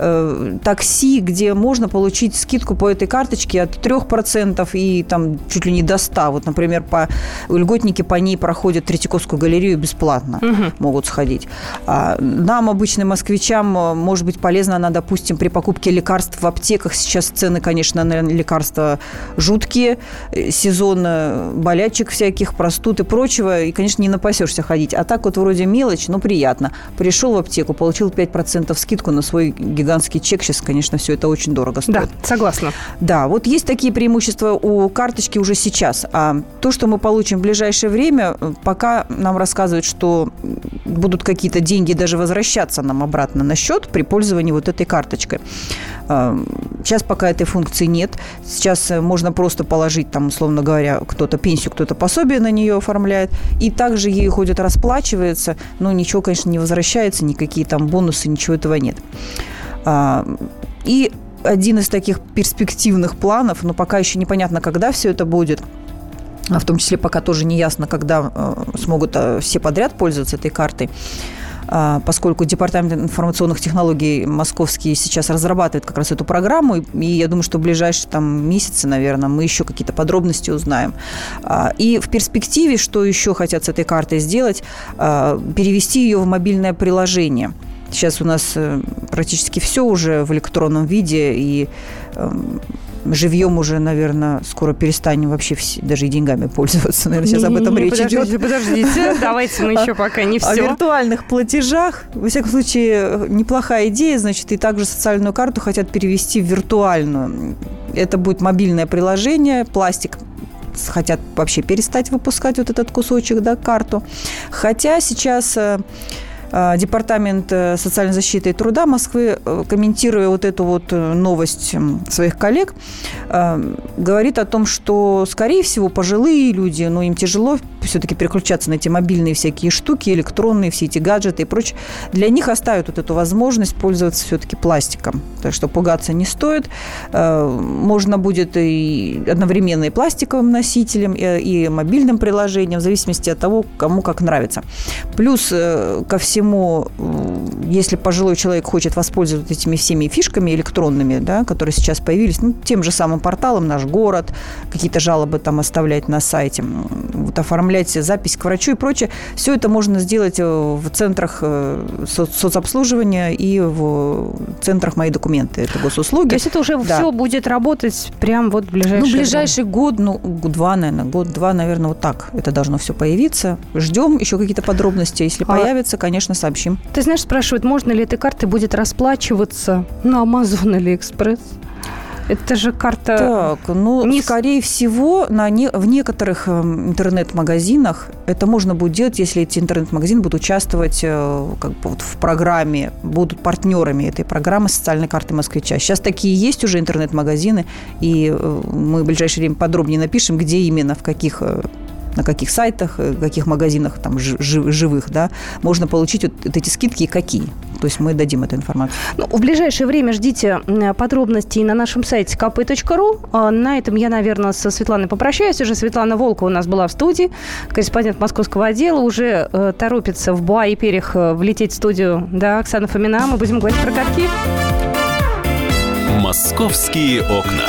такси, где можно получить скидку по этой карточке от трех процентов и там чуть ли не до ста. Вот, например, по, льготники по ней проходят Третьяковскую галерею бесплатно, угу. могут сходить. А нам, обычным москвичам, может быть полезно она, допустим, при покупке лекарств в аптеках. Сейчас цены, конечно, на лекарства жуткие. Сезон болячек всяких, простуд и прочего, и, конечно, не напасешься ходить. А так вот вроде мелочь, но приятно. Пришел в аптеку, получил пять процентов скидку на свой гигантский чек. Сейчас, конечно, все это очень дорого стоит. Да, согласна. Да, вот есть такие преимущества у карточки уже сейчас. А то, что мы получим в ближайшее время, пока нам рассказывают, что будут какие-то деньги даже возвращаться нам обратно на счет при пользовании вот этой карточкой. Сейчас пока этой функции нет. Сейчас можно просто положить там, условно говоря, кто-то пенсию, кто-то пособие на нее оформляет, и также ей ходит, расплачивается, но ничего, конечно, не возвращается, никакие там бонусы, ничего этого нет. И один из таких перспективных планов, но пока еще непонятно, когда все это будет, в том числе пока тоже не ясно, когда смогут все подряд пользоваться этой картой, поскольку Департамент информационных технологий московский сейчас разрабатывает как раз эту программу, и я думаю, что в ближайшие там, месяцы, наверное, мы еще какие-то подробности узнаем. И в перспективе, что еще хотят с этой картой сделать, перевести ее в мобильное приложение. Сейчас у нас практически все уже в электронном виде, и живьем уже, наверное, скоро перестанем вообще все, даже и деньгами пользоваться. Наверное, сейчас об этом не, речь подождите, идет. Подождите, давайте мы еще пока не все. О виртуальных платежах. Во всяком случае, неплохая идея. Значит, и также социальную карту хотят перевести в виртуальную. Это будет мобильное приложение, пластик. Хотят вообще перестать выпускать вот этот кусочек, да, карту. Хотя сейчас Департамент социальной защиты и труда Москвы, комментируя вот эту вот новость своих коллег, говорит о том, что, скорее всего, пожилые люди, но им тяжело все-таки переключаться на эти мобильные всякие штуки, электронные, все эти гаджеты и прочее. Для них оставят вот эту возможность пользоваться все-таки пластиком. Так что пугаться не стоит. Можно будет и одновременно и пластиковым носителем, и мобильным приложением, в зависимости от того, кому как нравится. Плюс ко всему, если пожилой человек хочет воспользоваться этими всеми фишками электронными, да, которые сейчас появились, ну, тем же самым порталом «Наш город», какие-то жалобы там оставлять на сайте, вот, оформлять запись к врачу и прочее, все это можно сделать в центрах со- соцобслуживания и в центрах «Мои документы». Это госуслуги. То есть это уже да. все будет работать прямо вот в ближайшее Ну, в ближайший год, ну, два, наверное, год-два, наверное, вот так это должно все появиться. Ждем еще какие-то подробности. Если а... появится, конечно, сообщим. Ты знаешь, спрашивают, можно ли этой картой будет расплачиваться на Amazon или Express? Это же карта... Так, ну, не... скорее всего, на не... в некоторых интернет-магазинах это можно будет делать, если эти интернет-магазины будут участвовать как бы вот в программе, будут партнерами этой программы социальной карты москвича. Сейчас такие есть уже интернет-магазины, и мы в ближайшее время подробнее напишем, где именно, в каких... на каких сайтах, в каких магазинах там, живых, да, можно получить вот эти скидки и какие. То есть мы дадим эту информацию. Ну, в ближайшее время ждите подробностей на нашем сайте ка пэ точка ру. На этом я, наверное, со Светланой попрощаюсь. Уже Светлана Волкова у нас была в студии, корреспондент московского отдела. Уже э, торопится в Буа и Перьях влететь в студию, да, Оксана Фомина. Мы будем говорить про катки. «Московские окна».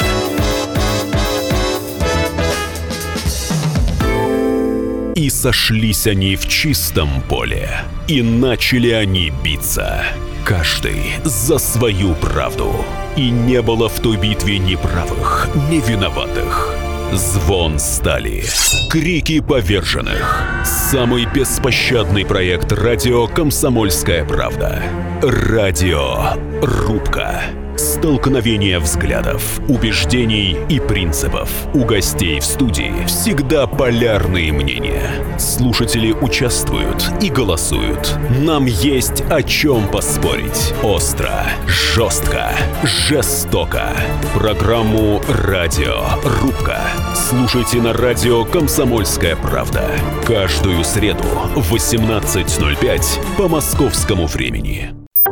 И сошлись они в чистом поле, и начали они биться, каждый за свою правду. И не было в той битве ни правых, ни виноватых. Звон стали, крики поверженных. Самый беспощадный проект радио «Комсомольская правда». Радиорубка. Столкновение взглядов, убеждений и принципов. У гостей в студии всегда полярные мнения. Слушатели участвуют и голосуют. Нам есть о чем поспорить. Остро, жестко, жестоко. Программу «Радиорубка» слушайте на радио «Комсомольская правда». Каждую среду в восемнадцать ноль пять по московскому времени.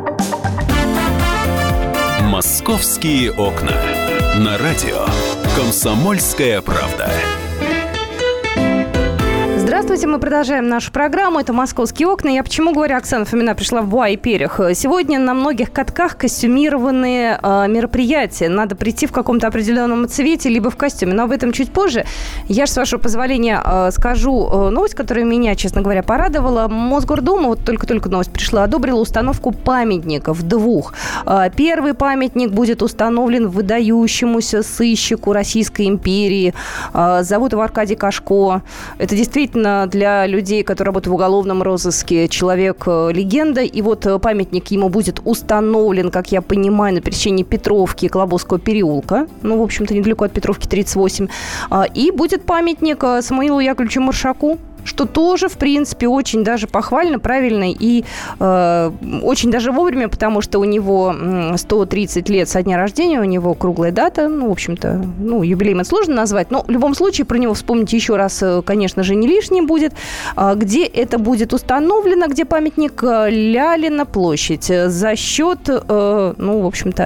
«Московские окна». На радио «Комсомольская правда». Здравствуйте, мы продолжаем нашу программу. Это «Московские окна». Я почему говорю, Оксана Фомина пришла в Буа и Перьях. Сегодня на многих катках костюмированные э, мероприятия. Надо прийти в каком-то определенном цвете, либо в костюме. Но об этом чуть позже. Я же, с вашего позволения, э, скажу э, новость, которая меня, честно говоря, порадовала. Мосгордума, вот только-только новость пришла, одобрила установку памятников двух. Э, первый памятник будет установлен выдающемуся сыщику Российской империи. Э, зовут его Аркадий Кашко. Это действительно для людей, которые работают в уголовном розыске, человек-легенда. И вот памятник ему будет установлен, как я понимаю, на пересечении Петровки и Колобовского переулка. Ну, в общем-то, недалеко от Петровки тридцать восемь. И будет памятник Самуилу Яковлевичу Маршаку, что тоже, в принципе, очень даже похвально, правильно и э, очень даже вовремя, потому что у него сто тридцать лет со дня рождения, у него круглая дата, ну, в общем-то, ну, юбилеем это сложно назвать, но в любом случае про него вспомнить еще раз, конечно же, не лишним будет. Где это будет установлено, где памятник? Лялина площадь. За счет, э, ну, в общем-то,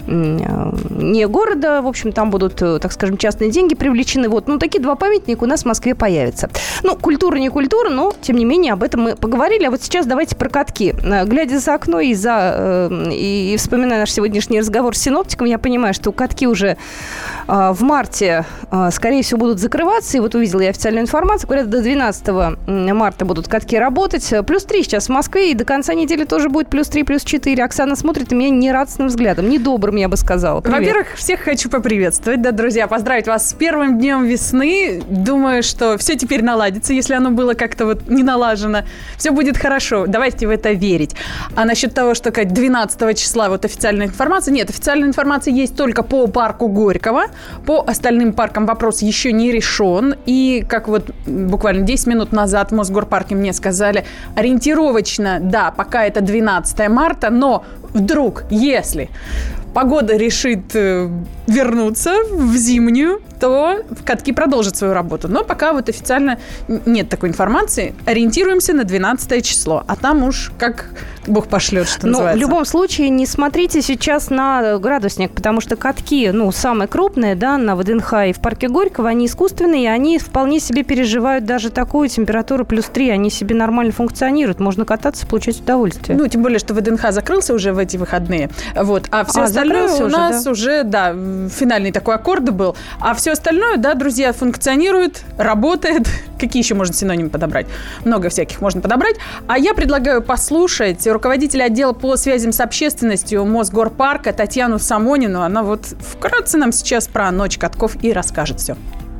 не города, в общем, там будут, так скажем, частные деньги привлечены. Вот, ну, такие два памятника у нас в Москве появятся. Ну, культура не культура, но, тем не менее, об этом мы поговорили. А вот сейчас давайте про катки. Глядя за окно и, за, э, и вспоминая наш сегодняшний разговор с синоптиком, я понимаю, что катки уже э, в марте, э, скорее всего, будут закрываться. И вот увидела я официальную информацию. Говорят, до двенадцатого марта будут катки работать. Плюс три сейчас в Москве, и до конца недели тоже будет плюс три, плюс четыре. Оксана смотрит на меня нерадостным взглядом, недобрым, я бы сказала. Привет. Во-первых, всех хочу поприветствовать, да, друзья, поздравить вас с первым днем весны. Думаю, что все теперь наладится, если оно было как-то вот не налажено. Все будет хорошо. Давайте в это верить. А насчет того, что как двенадцатого числа вот официальная информация. Нет, официальная информация есть только по парку Горького. По остальным паркам вопрос еще не решен. И как вот буквально десять минут назад в Мосгорпарке мне сказали, ориентировочно, да, пока это двенадцатое марта, но вдруг, если погода решит вернуться в зимнюю, то катки продолжат свою работу. Но пока вот официально нет такой информации. Ориентируемся на двенадцатое число. А там уж как Бог пошлет, что Но называется. в любом случае не смотрите сейчас на градусник, потому что катки, ну, самые крупные, да, на ВДНХ и в парке Горького, они искусственные, и они вполне себе переживают даже такую температуру плюс три. Они себе нормально функционируют. Можно кататься, получать удовольствие. Ну, тем более, что ВДНХ закрылся уже в эти выходные. Вот. А все а, остальное у нас уже, уже, да, финальный такой аккорд был. А все остальное, да, друзья, функционирует, работает. Какие еще можно синонимы подобрать? Много всяких можно подобрать. А я предлагаю послушать руководителя отдела по связям с общественностью Мосгорпарка Татьяну Самонину. Она вот вкратце нам сейчас про ночь катков и расскажет все.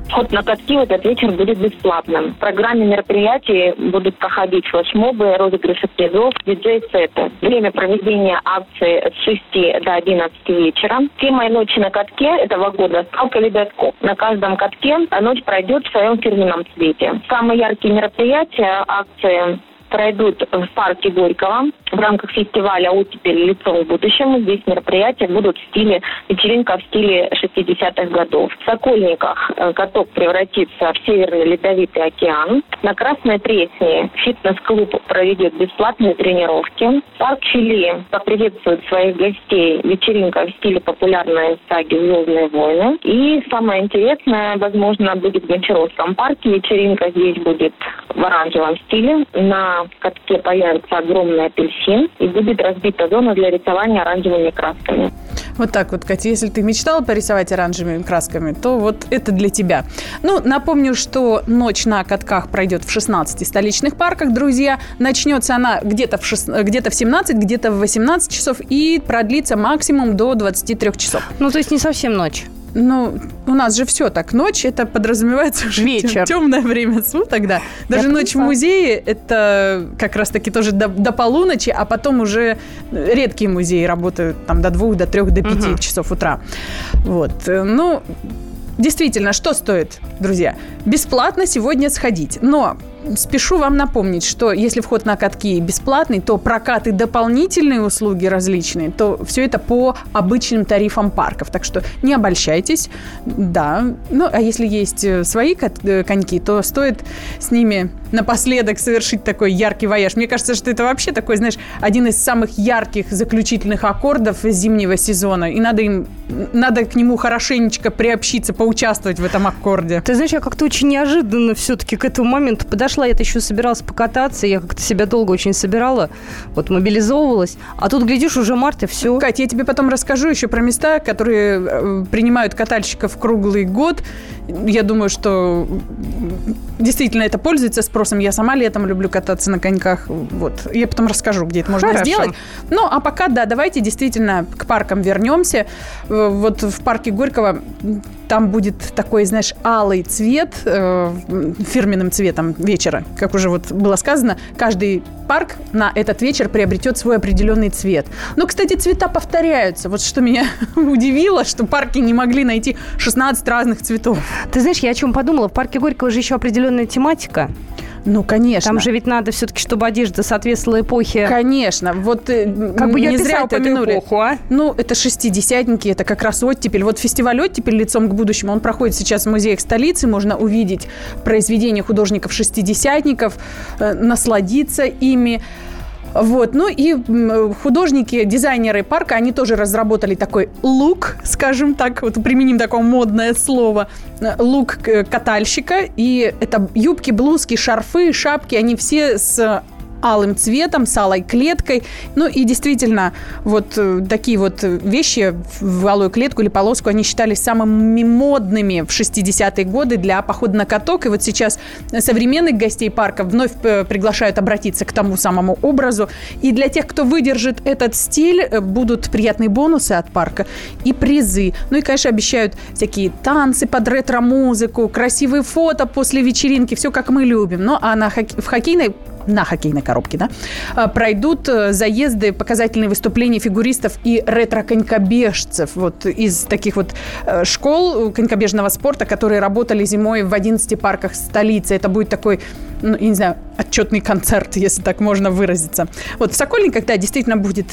вход на катки в этот вечер будет бесплатным. В программе мероприятий будут проходить флешмобы, розыгрыши призов, диджей-сеты. Время проведения акции с шести до одиннадцати вечера. Темой ночи на катке этого года стал калейдоскоп. На каждом катке ночь пройдет в своем фирменном цвете. Самые яркие мероприятия, акции пройдут в парке Горького в рамках фестиваля «Оттепель. Лицом к будущему». Здесь мероприятия будут в стиле, вечеринка в стиле шестидесятых годов. В Сокольниках каток превратится в Северный Ледовитый океан. На Красной Пресне фитнес-клуб проведет бесплатные тренировки. Парк Филе поприветствует своих гостей. Вечеринка в стиле популярной саги «Звездные войны». И самое интересное, возможно, будет в Гончаровском парке. Вечеринка здесь будет в оранжевом стиле. На катке появится огромный апельсин и будет разбита зона для рисования оранжевыми красками. Вот так вот, Катя, если ты мечтала порисовать оранжевыми красками, то вот это для тебя. Ну, напомню, что ночь на катках пройдет в шестнадцати столичных парках, друзья. Начнется она где-то в, шест... где-то в семнадцать, где-то в восемнадцать часов и продлится максимум до двадцати трёх часов. Ну, то есть не совсем ночь. Ну, у нас же все так. Ночь, это подразумевается уже вечер. Темное время суток, да. Даже Я ночь в музее, это как раз-таки тоже до, до полуночи, а потом уже редкие музеи работают там до двух, до трех, до пяти угу. часов утра. Вот. Ну, действительно, что стоит, друзья? Бесплатно сегодня сходить. Но спешу вам напомнить, что если вход на катки бесплатный, то прокат и дополнительные услуги различные, то все это по обычным тарифам парков. Так что не обольщайтесь. Да. Ну, а если есть свои коньки, то стоит с ними напоследок совершить такой яркий вояж. Мне кажется, что это вообще такой, знаешь, один из самых ярких заключительных аккордов зимнего сезона. И надо им, надо к нему хорошенечко приобщиться, поучаствовать в этом аккорде. Ты знаешь, я как-то очень неожиданно все-таки к этому моменту подошла. Я-то еще собиралась покататься. Я как-то себя долго очень собирала. Вот мобилизовывалась. А тут, глядишь, уже март и все. Кать, я тебе потом расскажу еще про места, которые принимают катальщиков круглый год. Я думаю, что действительно это пользуется спросом. Я сама летом люблю кататься на коньках. Вот. Я потом расскажу, где это можно Хорошо. сделать. Ну, а пока, да, давайте действительно к паркам вернемся. Вот в парке Горького там будет такой, знаешь, алый цвет, э, фирменным цветом вечера. Как уже вот было сказано, каждый парк на этот вечер приобретет свой определенный цвет. Но, кстати, цвета повторяются. Вот что меня удивило, что парки не могли найти шестнадцать разных цветов. Ты знаешь, я о чем подумала? В парке Горького же еще определенная тематика. Ну, конечно. Там же ведь надо все-таки, чтобы одежда соответствовала эпохе. Конечно. Вот как бы не зря упомянули. Эту эпоху, а? Ну, это шестидесятники, это как раз оттепель. Вот фестиваль «Оттепель. Лицом к будущему», он проходит сейчас в музеях столицы. Можно увидеть произведения художников-шестидесятников, насладиться ими. Вот. Ну и художники, дизайнеры парка, они тоже разработали такой лук, скажем так, вот применим такое модное слово, лук катальщика. И это юбки, блузки, шарфы, шапки, они все с алым цветом, с алой клеткой. Ну и действительно, вот такие вот вещи в алую клетку или полоску, они считались самыми модными в шестидесятые годы для похода на каток. И вот сейчас современных гостей парка вновь приглашают обратиться к тому самому образу. И для тех, кто выдержит этот стиль, будут приятные бонусы от парка и призы. Ну и, конечно, обещают всякие танцы под ретро-музыку, красивые фото после вечеринки, все как мы любим. Ну а на хок- в хоккейной на хоккейной коробке, да, пройдут заезды, показательные выступления фигуристов и ретро-конькобежцев вот из таких вот школ конькобежного спорта, которые работали зимой в одиннадцати парках столицы. Это будет такой, ну, я не знаю, отчетный концерт, если так можно выразиться. Вот в Сокольниках, да, действительно будет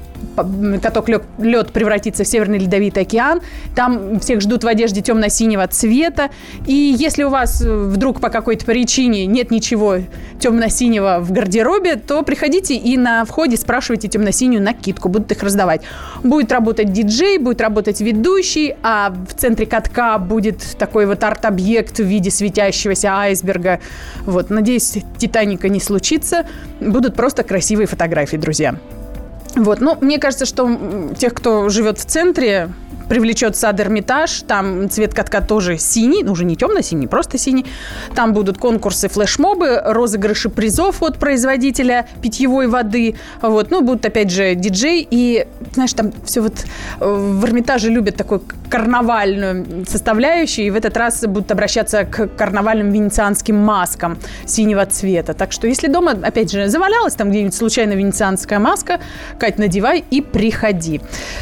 каток лед превратиться в Северный Ледовитый океан. Там всех ждут в одежде темно-синего цвета. И если у вас вдруг по какой-то причине нет ничего темно-синего в гардеробе, то приходите и на входе спрашивайте темно-синюю накидку. Будут их раздавать. Будет работать диджей, будет работать ведущий, а в центре катка будет такой вот арт-объект в виде светящегося айсберга. Вот, надеюсь, Титаника не случится. Будут просто красивые фотографии, друзья. Вот, ну, мне кажется, что тех, кто живет в центре, привлечет сад Эрмитаж. Там цвет катка тоже синий, ну, уже не темно-синий, просто синий. Там будут конкурсы, флешмобы, розыгрыши призов от производителя питьевой воды. Вот. Ну, будут, опять же, диджей. И, знаешь, там все вот в Эрмитаже любят такую карнавальную составляющую. И в этот раз будут обращаться к карнавальным венецианским маскам синего цвета. Так что, если дома, опять же, завалялась там где-нибудь случайно венецианская маска, Кать, надевай и приходи.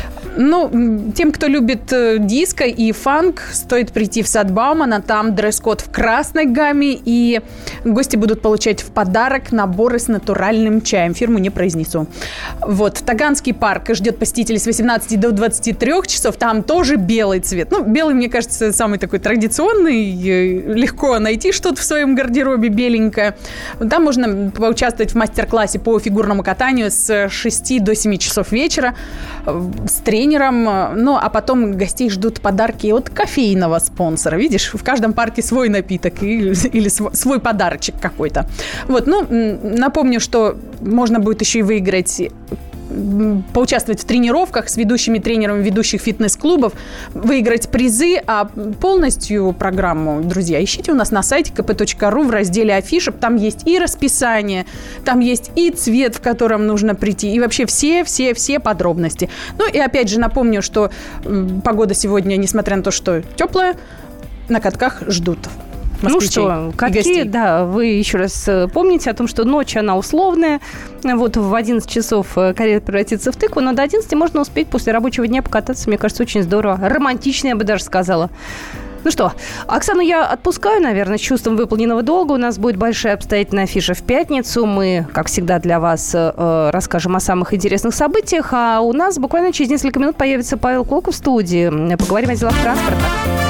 Ну, тем, кто любит диско и фанк, стоит прийти в сад Баумана. Там дресс-код в красной гамме, и гости будут получать в подарок наборы с натуральным чаем. Фирму не произнесу. Вот. Таганский парк ждет посетителей с восемнадцати до двадцати трёх часов. Там тоже белый цвет. Ну, белый, мне кажется, самый такой традиционный. Легко найти что-то в своем гардеробе беленькое. Там можно поучаствовать в мастер-классе по фигурному катанию с шести до семи часов вечера с тренером. Ну, а потом гостей ждут подарки от кофейного спонсора. Видишь, в каждом парке свой напиток или, или свой, свой подарочек какой-то. Вот, ну, напомню, что можно будет еще и выиграть, поучаствовать в тренировках с ведущими тренерами ведущих фитнес-клубов, выиграть призы, а полностью программу, друзья, ищите у нас на сайте ка пэ точка ру в разделе афиша. Там есть и расписание, там есть и цвет, в котором нужно прийти, и вообще все-все-все подробности. Ну и опять же напомню, что погода сегодня, несмотря на то, что теплая, на катках ждут. Ну что, катки, да, вы еще раз помните о том, что ночь, она условная. Вот в одиннадцать часов карета превратится в тыкву, но до одиннадцати можно успеть после рабочего дня покататься. Мне кажется, очень здорово. Романтично, я бы даже сказала. Ну что, Оксану я отпускаю, наверное, с чувством выполненного долга. У нас будет большая обстоятельная афиша в пятницу. Мы, как всегда, для вас э, расскажем о самых интересных событиях. А у нас буквально через несколько минут появится Павел Клоков в студии. Поговорим о делах транспорта.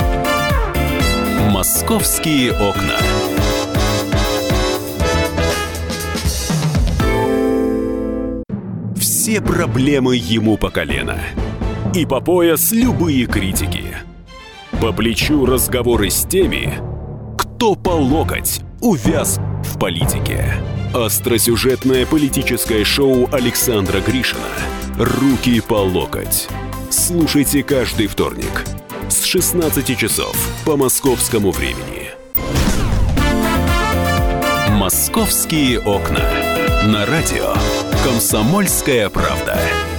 «Московские окна». Все проблемы ему по колено. И по пояс любые критики. По плечу разговоры с теми, кто по локоть увяз в политике. Остросюжетное политическое шоу Александра Гришина «Руки по локоть». Слушайте каждый вторник с шестнадцати часов по московскому времени. «Московские окна». На радио «Комсомольская правда».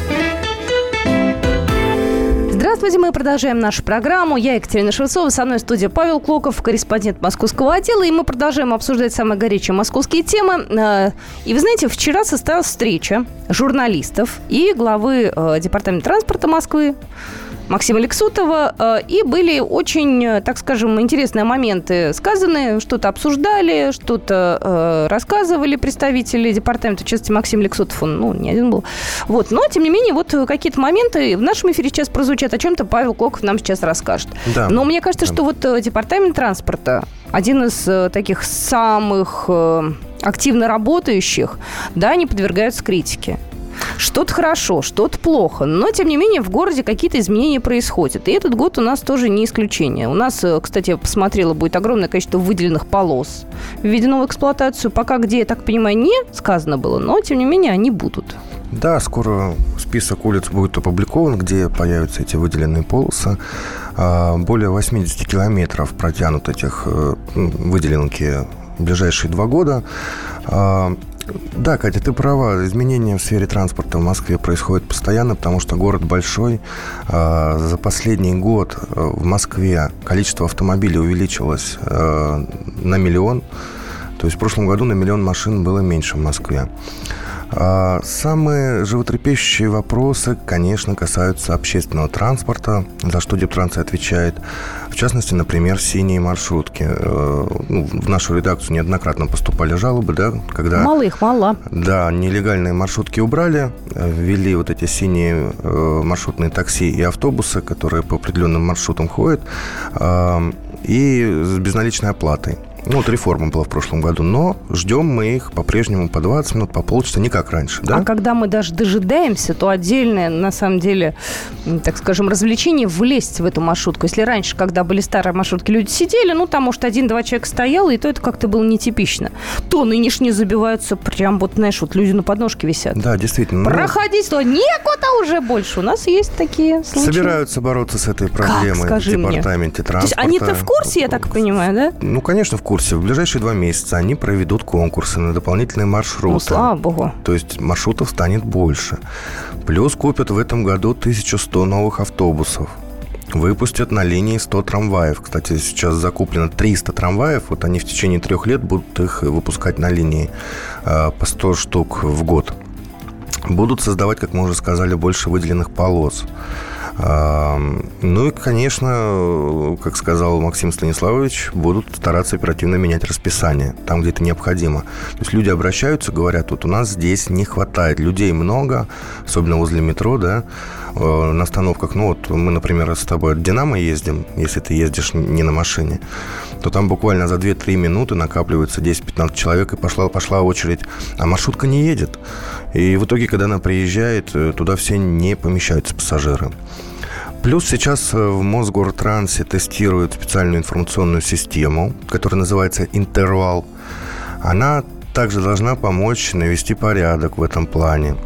Здравствуйте, мы продолжаем нашу программу. Я Екатерина Шевцова, со мной в студии Павел Клоков, корреспондент московского отдела. И мы продолжаем обсуждать самые горячие московские темы. И вы знаете, вчера состоялась встреча журналистов и главы департамента транспорта Москвы Максима Лексутова, и были очень, так скажем, интересные моменты сказаны, что-то обсуждали, что-то рассказывали представители департамента. В частности, Максим Лексутов, он, ну, не один был. Вот. Но, тем не менее, вот какие-то моменты в нашем эфире сейчас прозвучат, о чем-то Павел Клоков нам сейчас расскажет. Да. Но мне кажется, что вот департамент транспорта один из таких самых активно работающих, да, не подвергаются критике. Что-то хорошо, что-то плохо. Но, тем не менее, в городе какие-то изменения происходят. И этот год у нас тоже не исключение. У нас, кстати, я посмотрела, будет огромное количество выделенных полос введено в эксплуатацию. Пока где, я так понимаю, не сказано было, но, тем не менее, они будут. Да, скоро список улиц будет опубликован, где появятся эти выделенные полосы. Более восемьдесят километров протянут этих выделенки в ближайшие два года. Да, Катя, ты права. Изменения в сфере транспорта в Москве происходят постоянно, потому что город большой. За последний год в Москве количество автомобилей увеличилось на миллион. То есть в прошлом году на миллион машин было меньше в Москве. Самые животрепещущие вопросы, конечно, касаются общественного транспорта, за что Дептранс отвечает. В частности, например, синие маршрутки. В нашу редакцию неоднократно поступали жалобы, да, когда... Мало их, мало. Да, нелегальные маршрутки убрали, ввели вот эти синие маршрутные такси и автобусы, которые по определенным маршрутам ходят, и с безналичной оплатой. Ну, вот реформа была в прошлом году, но ждем мы их по-прежнему по двадцать минут, по полчаса, не как раньше, да? А когда мы даже дожидаемся, то отдельное, на самом деле, так скажем, развлечение влезть в эту маршрутку. Если раньше, когда были старые маршрутки, люди сидели, ну, там, может, один-два человека стояло, и то это как-то было нетипично. То нынешние забиваются прям, вот, знаешь, вот люди на подножке висят. Да, действительно. Проходить туда некуда уже больше. У нас есть такие случаи. Собираются бороться с этой проблемой в департаменте транспорта. То есть они-то в курсе, я так понимаю, да? Ну, конечно, в курсе. В ближайшие два месяца они проведут конкурсы на дополнительные маршруты. Ну, слава богу. То есть маршрутов станет больше. Плюс купят в этом году тысячу сто новых автобусов. Выпустят на линии сто трамваев. Кстати, сейчас закуплено триста трамваев. Вот они в течение трех лет будут их выпускать на линии э, по сто штук в год. Будут создавать, как мы уже сказали, больше выделенных полос. Ну и, конечно, как сказал Максим Станиславович, будут стараться оперативно менять расписание там, где это необходимо. То есть люди обращаются, говорят, вот у нас здесь не хватает, людей много, особенно возле метро, да, на остановках. Ну вот мы, например, с тобой от «Динамо» ездим, если ты ездишь не на машине, то там буквально за две-три минуты накапливается десять-пятнадцать человек, и пошла, пошла очередь, а маршрутка не едет. И в итоге, когда она приезжает, туда все не помещаются пассажиры. Плюс сейчас в Мосгортрансе тестируют специальную информационную систему, которая называется «Интервал». Она также должна помочь навести порядок в этом плане.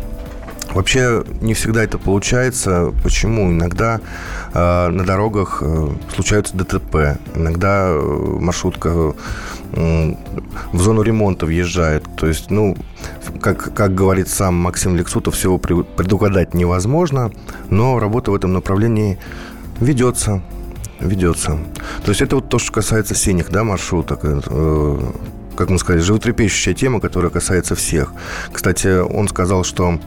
Вообще не всегда это получается. Почему? Иногда э, на дорогах э, случаются ДТП. Иногда э, маршрутка э, в зону ремонта въезжает. То есть, ну, как, как говорит сам Максим Лексутов, всего предугадать невозможно. Но работа в этом направлении ведется. Ведется. То есть это вот то, что касается синих, да, маршруток. Э, как мы сказали, животрепещущая тема, которая касается всех. Кстати, он сказал, что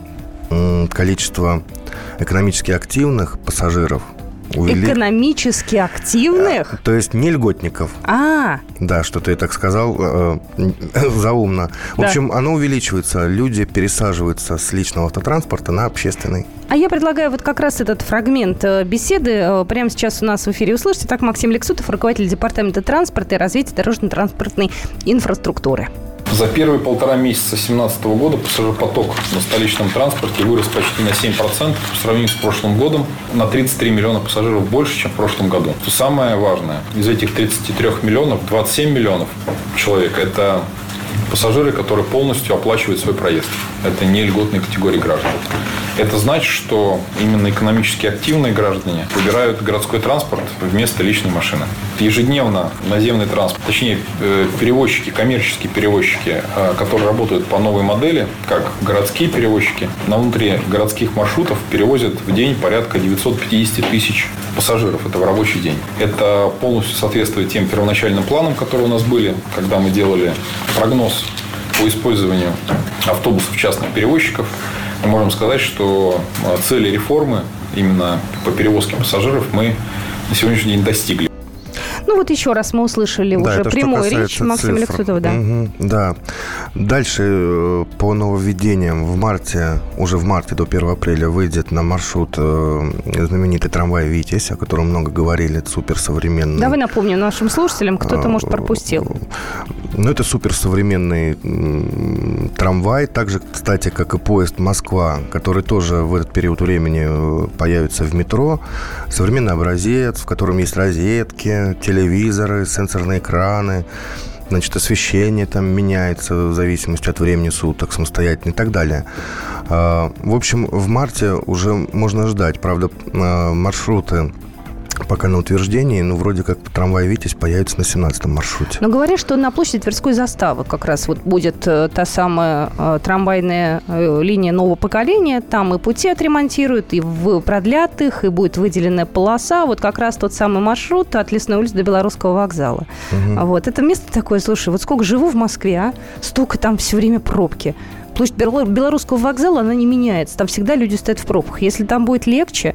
количество экономически активных пассажиров увели... Экономически активных? А, то есть не льготников. А. Да, что-то я так сказал э, заумно. В да. общем, оно увеличивается. Люди пересаживаются с личного автотранспорта на общественный. А я предлагаю вот как раз этот фрагмент беседы прямо сейчас у нас в эфире услышать. Итак, Максим Лексутов, руководитель департамента транспорта и развития дорожно-транспортной инфраструктуры. За первые полтора месяца две тысячи семнадцатого года пассажиропоток на столичном транспорте вырос почти на семь процентов по сравнению с прошлым годом, на тридцать три миллиона пассажиров больше, чем в прошлом году. Что самое важное, из этих тридцати трёх миллионов, двадцать семь миллионов человек – это пассажиры, которые полностью оплачивают свой проезд. Это не льготные категории граждан. Это значит, что именно экономически активные граждане выбирают городской транспорт вместо личной машины. Ежедневно наземный транспорт, точнее перевозчики, коммерческие перевозчики, которые работают по новой модели, как городские перевозчики, на внутригородских маршрутах перевозят в день порядка девятьсот пятьдесят тысяч пассажиров. Это в рабочий день. Это полностью соответствует тем первоначальным планам, которые у нас были, когда мы делали прогноз по использованию автобусов частных перевозчиков. Мы можем сказать, что цели реформы именно по перевозке пассажиров мы на сегодняшний день достигли. Ну вот еще раз мы услышали да, уже прямую речь Максима Лексутова. Да. Угу, да. Дальше по нововведениям в марте, уже в марте до первого апреля выйдет на маршрут знаменитый трамвай «Витязь», о котором много говорили, суперсовременный. Давай напомним нашим слушателям, кто-то, может, пропустил. Ну, это суперсовременный трамвай, так же, кстати, как и поезд «Москва», который тоже в этот период времени появится в метро. Современный образец, в котором есть розетки, телевизоры, сенсорные экраны, значит, освещение там меняется в зависимости от времени суток, самостоятельно и так далее. В общем, в марте уже можно ждать. Правда, маршруты пока на утверждении, ну, вроде как трамвай «Витязь» появится на семнадцатом маршруте. Но говорят, что на площади Тверской заставы как раз вот будет та самая трамвайная линия нового поколения. Там и пути отремонтируют, и продлят их, и будет выделенная полоса. Вот как раз тот самый маршрут от Лесной улицы до Белорусского вокзала. Угу. Вот. Это место такое, слушай, вот сколько живу в Москве, а? Столько там все время пробки. Площадь Белорусского вокзала, она не меняется. Там всегда люди стоят в пробках. Если там будет легче,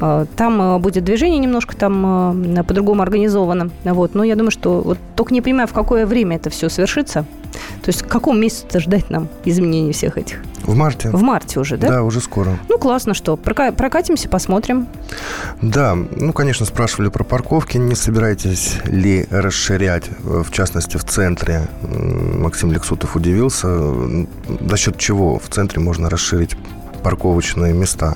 там будет движение немножко там по-другому организовано. Вот. Но я думаю, что вот только не понимаю, в какое время это все свершится. То есть к какому месяцу ждать нам изменений всех этих? В марте. В марте уже, да? Да, уже скоро. Ну, классно, что. Прока- прокатимся, посмотрим. Да, ну, конечно, спрашивали про парковки. Не собираетесь ли расширять, в частности, в центре? Максим Лексутов удивился. За счет чего в центре можно расширить парковочные места?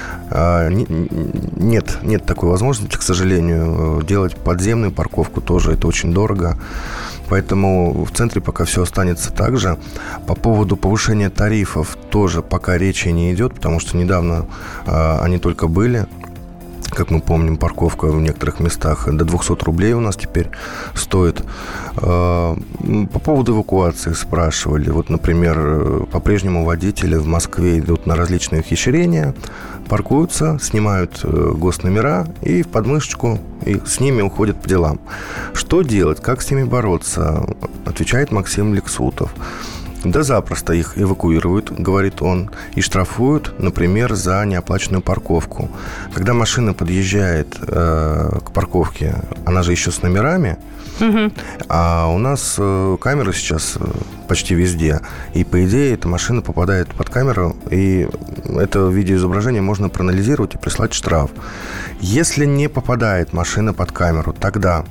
Нет, нет такой возможности, к сожалению. Делать подземную парковку тоже это очень дорого. Поэтому в центре пока все останется так же. По поводу повышения тарифов тоже пока речи не идет, потому что недавно э, они только были. Как мы помним, парковка в некоторых местах до двести рублей у нас теперь стоит. По поводу эвакуации спрашивали. Вот, например, по-прежнему водители в Москве идут на различные ухищрения, паркуются, снимают госномера и в подмышечку и с ними уходят по делам. Что делать? Как с ними бороться? Отвечает Максим Лексутов. Да запросто их эвакуируют, говорит он, и штрафуют, например, за неоплаченную парковку. Когда машина подъезжает э, к парковке, она же еще с номерами, угу. а у нас э, камеры сейчас почти везде, и, по идее, эта машина попадает под камеру, и это видеоизображение можно проанализировать и прислать штраф. Если не попадает машина под камеру, тогда...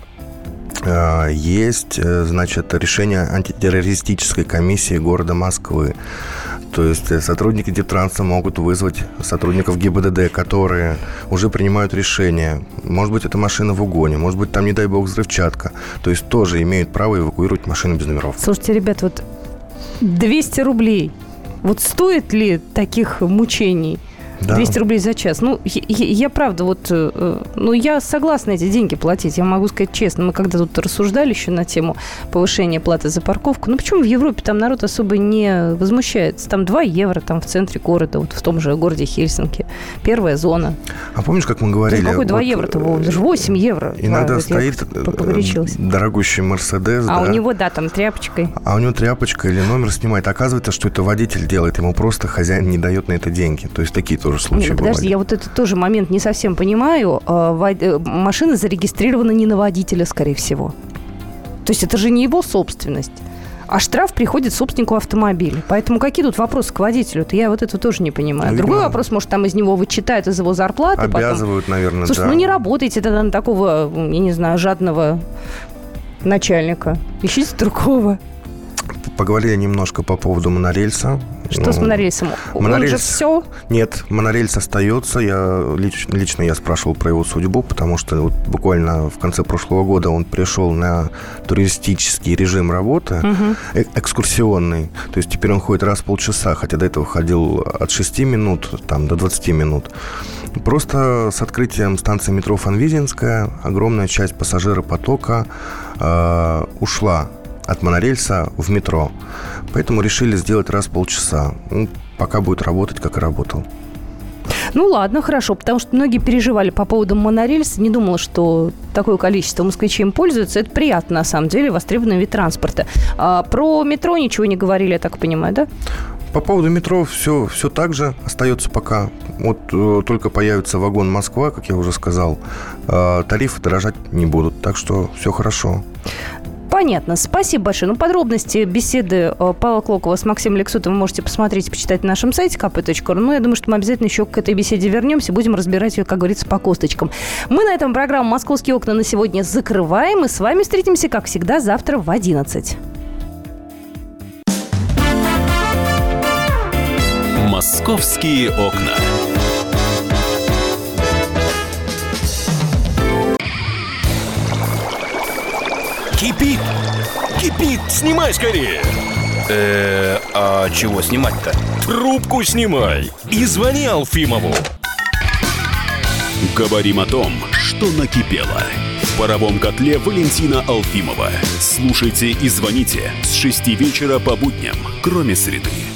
Есть, значит, решение антитеррористической комиссии города Москвы. То есть сотрудники Дептранса могут вызвать сотрудников ГИБДД, которые уже принимают решение. Может быть, это машина в угоне, может быть, там, не дай бог, взрывчатка. То есть тоже имеют право эвакуировать машину без номеров. Слушайте, ребят, вот двести рублей. Вот стоит ли таких мучений? Да. двести рублей за час. Ну, я, я правда, вот, э, ну, я согласна эти деньги платить. Я могу сказать честно. Мы когда тут рассуждали еще на тему повышения платы за парковку, ну, почему в Европе там народ особо не возмущается? Там два евро там в центре города, вот в том же городе Хельсинки. Первая зона. А помнишь, как мы говорили? Ну, какой два вот евро-то? Это же восемь евро. Иногда да, стоит дорогущий Мерседес. А да. у него, да, там тряпочкой. А у него тряпочка или номер снимает. Оказывается, что это водитель делает. Ему просто хозяин не дает на это деньги. То есть такие тоже случаи. Нет, подожди, я вот этот тоже момент не совсем понимаю. Машина зарегистрирована не на водителя, скорее всего. То есть это же не его собственность. А штраф приходит собственнику автомобиля. Поэтому какие тут вопросы к водителю-то? Я вот это тоже не понимаю. Видимо, другой вопрос, может, там из него вычитают из его зарплаты. Обязывают, потом... наверное, Слушай, да. ну не работайте тогда на такого, я не знаю, жадного начальника. Ищите другого. Поговорили немножко по поводу монорельса. Что ну, с монорельсом? Монорельс... Он же все? Нет, монорельс остается. Я, лично, лично я спрашивал про его судьбу, потому что вот буквально в конце прошлого года он пришел на туристический режим работы, угу. э- экскурсионный. То есть теперь он ходит раз в полчаса, хотя до этого ходил от шести минут там, до двадцати минут. Просто с открытием станции метро Фанвизинская огромная часть пассажиропотока э- ушла от монорельса в метро. Поэтому решили сделать раз в полчаса. Ну, пока будет работать, как и работал. Ну, ладно, хорошо, потому что многие переживали по поводу монорельса. Не думала, что такое количество москвичей им пользуются. Это приятно, на самом деле, востребованный вид транспорта. А про метро ничего не говорили, я так понимаю, да? По поводу метро все, все так же остается пока. Вот э, только появится вагон Москва, как я уже сказал, э, тарифы дорожать не будут. Так что все хорошо. Понятно. Спасибо большое. Ну, подробности беседы Павла Клокова с Максимом Лексутовым вы можете посмотреть и почитать на нашем сайте ка пэ точка ру. Ну, я думаю, что мы обязательно еще к этой беседе вернемся. Будем разбирать ее, как говорится, по косточкам. Мы на этом программу «Московские окна» на сегодня закрываем. И с вами встретимся, как всегда, завтра в одиннадцать. «Московские окна». Кипит! Кипит! Снимай скорее! Э, а чего снимать-то? Трубку снимай и звони Алфимову. Говорим о том, что накипело. В паровом котле Валентина Алфимова. Слушайте и звоните с шести вечера по будням, кроме среды.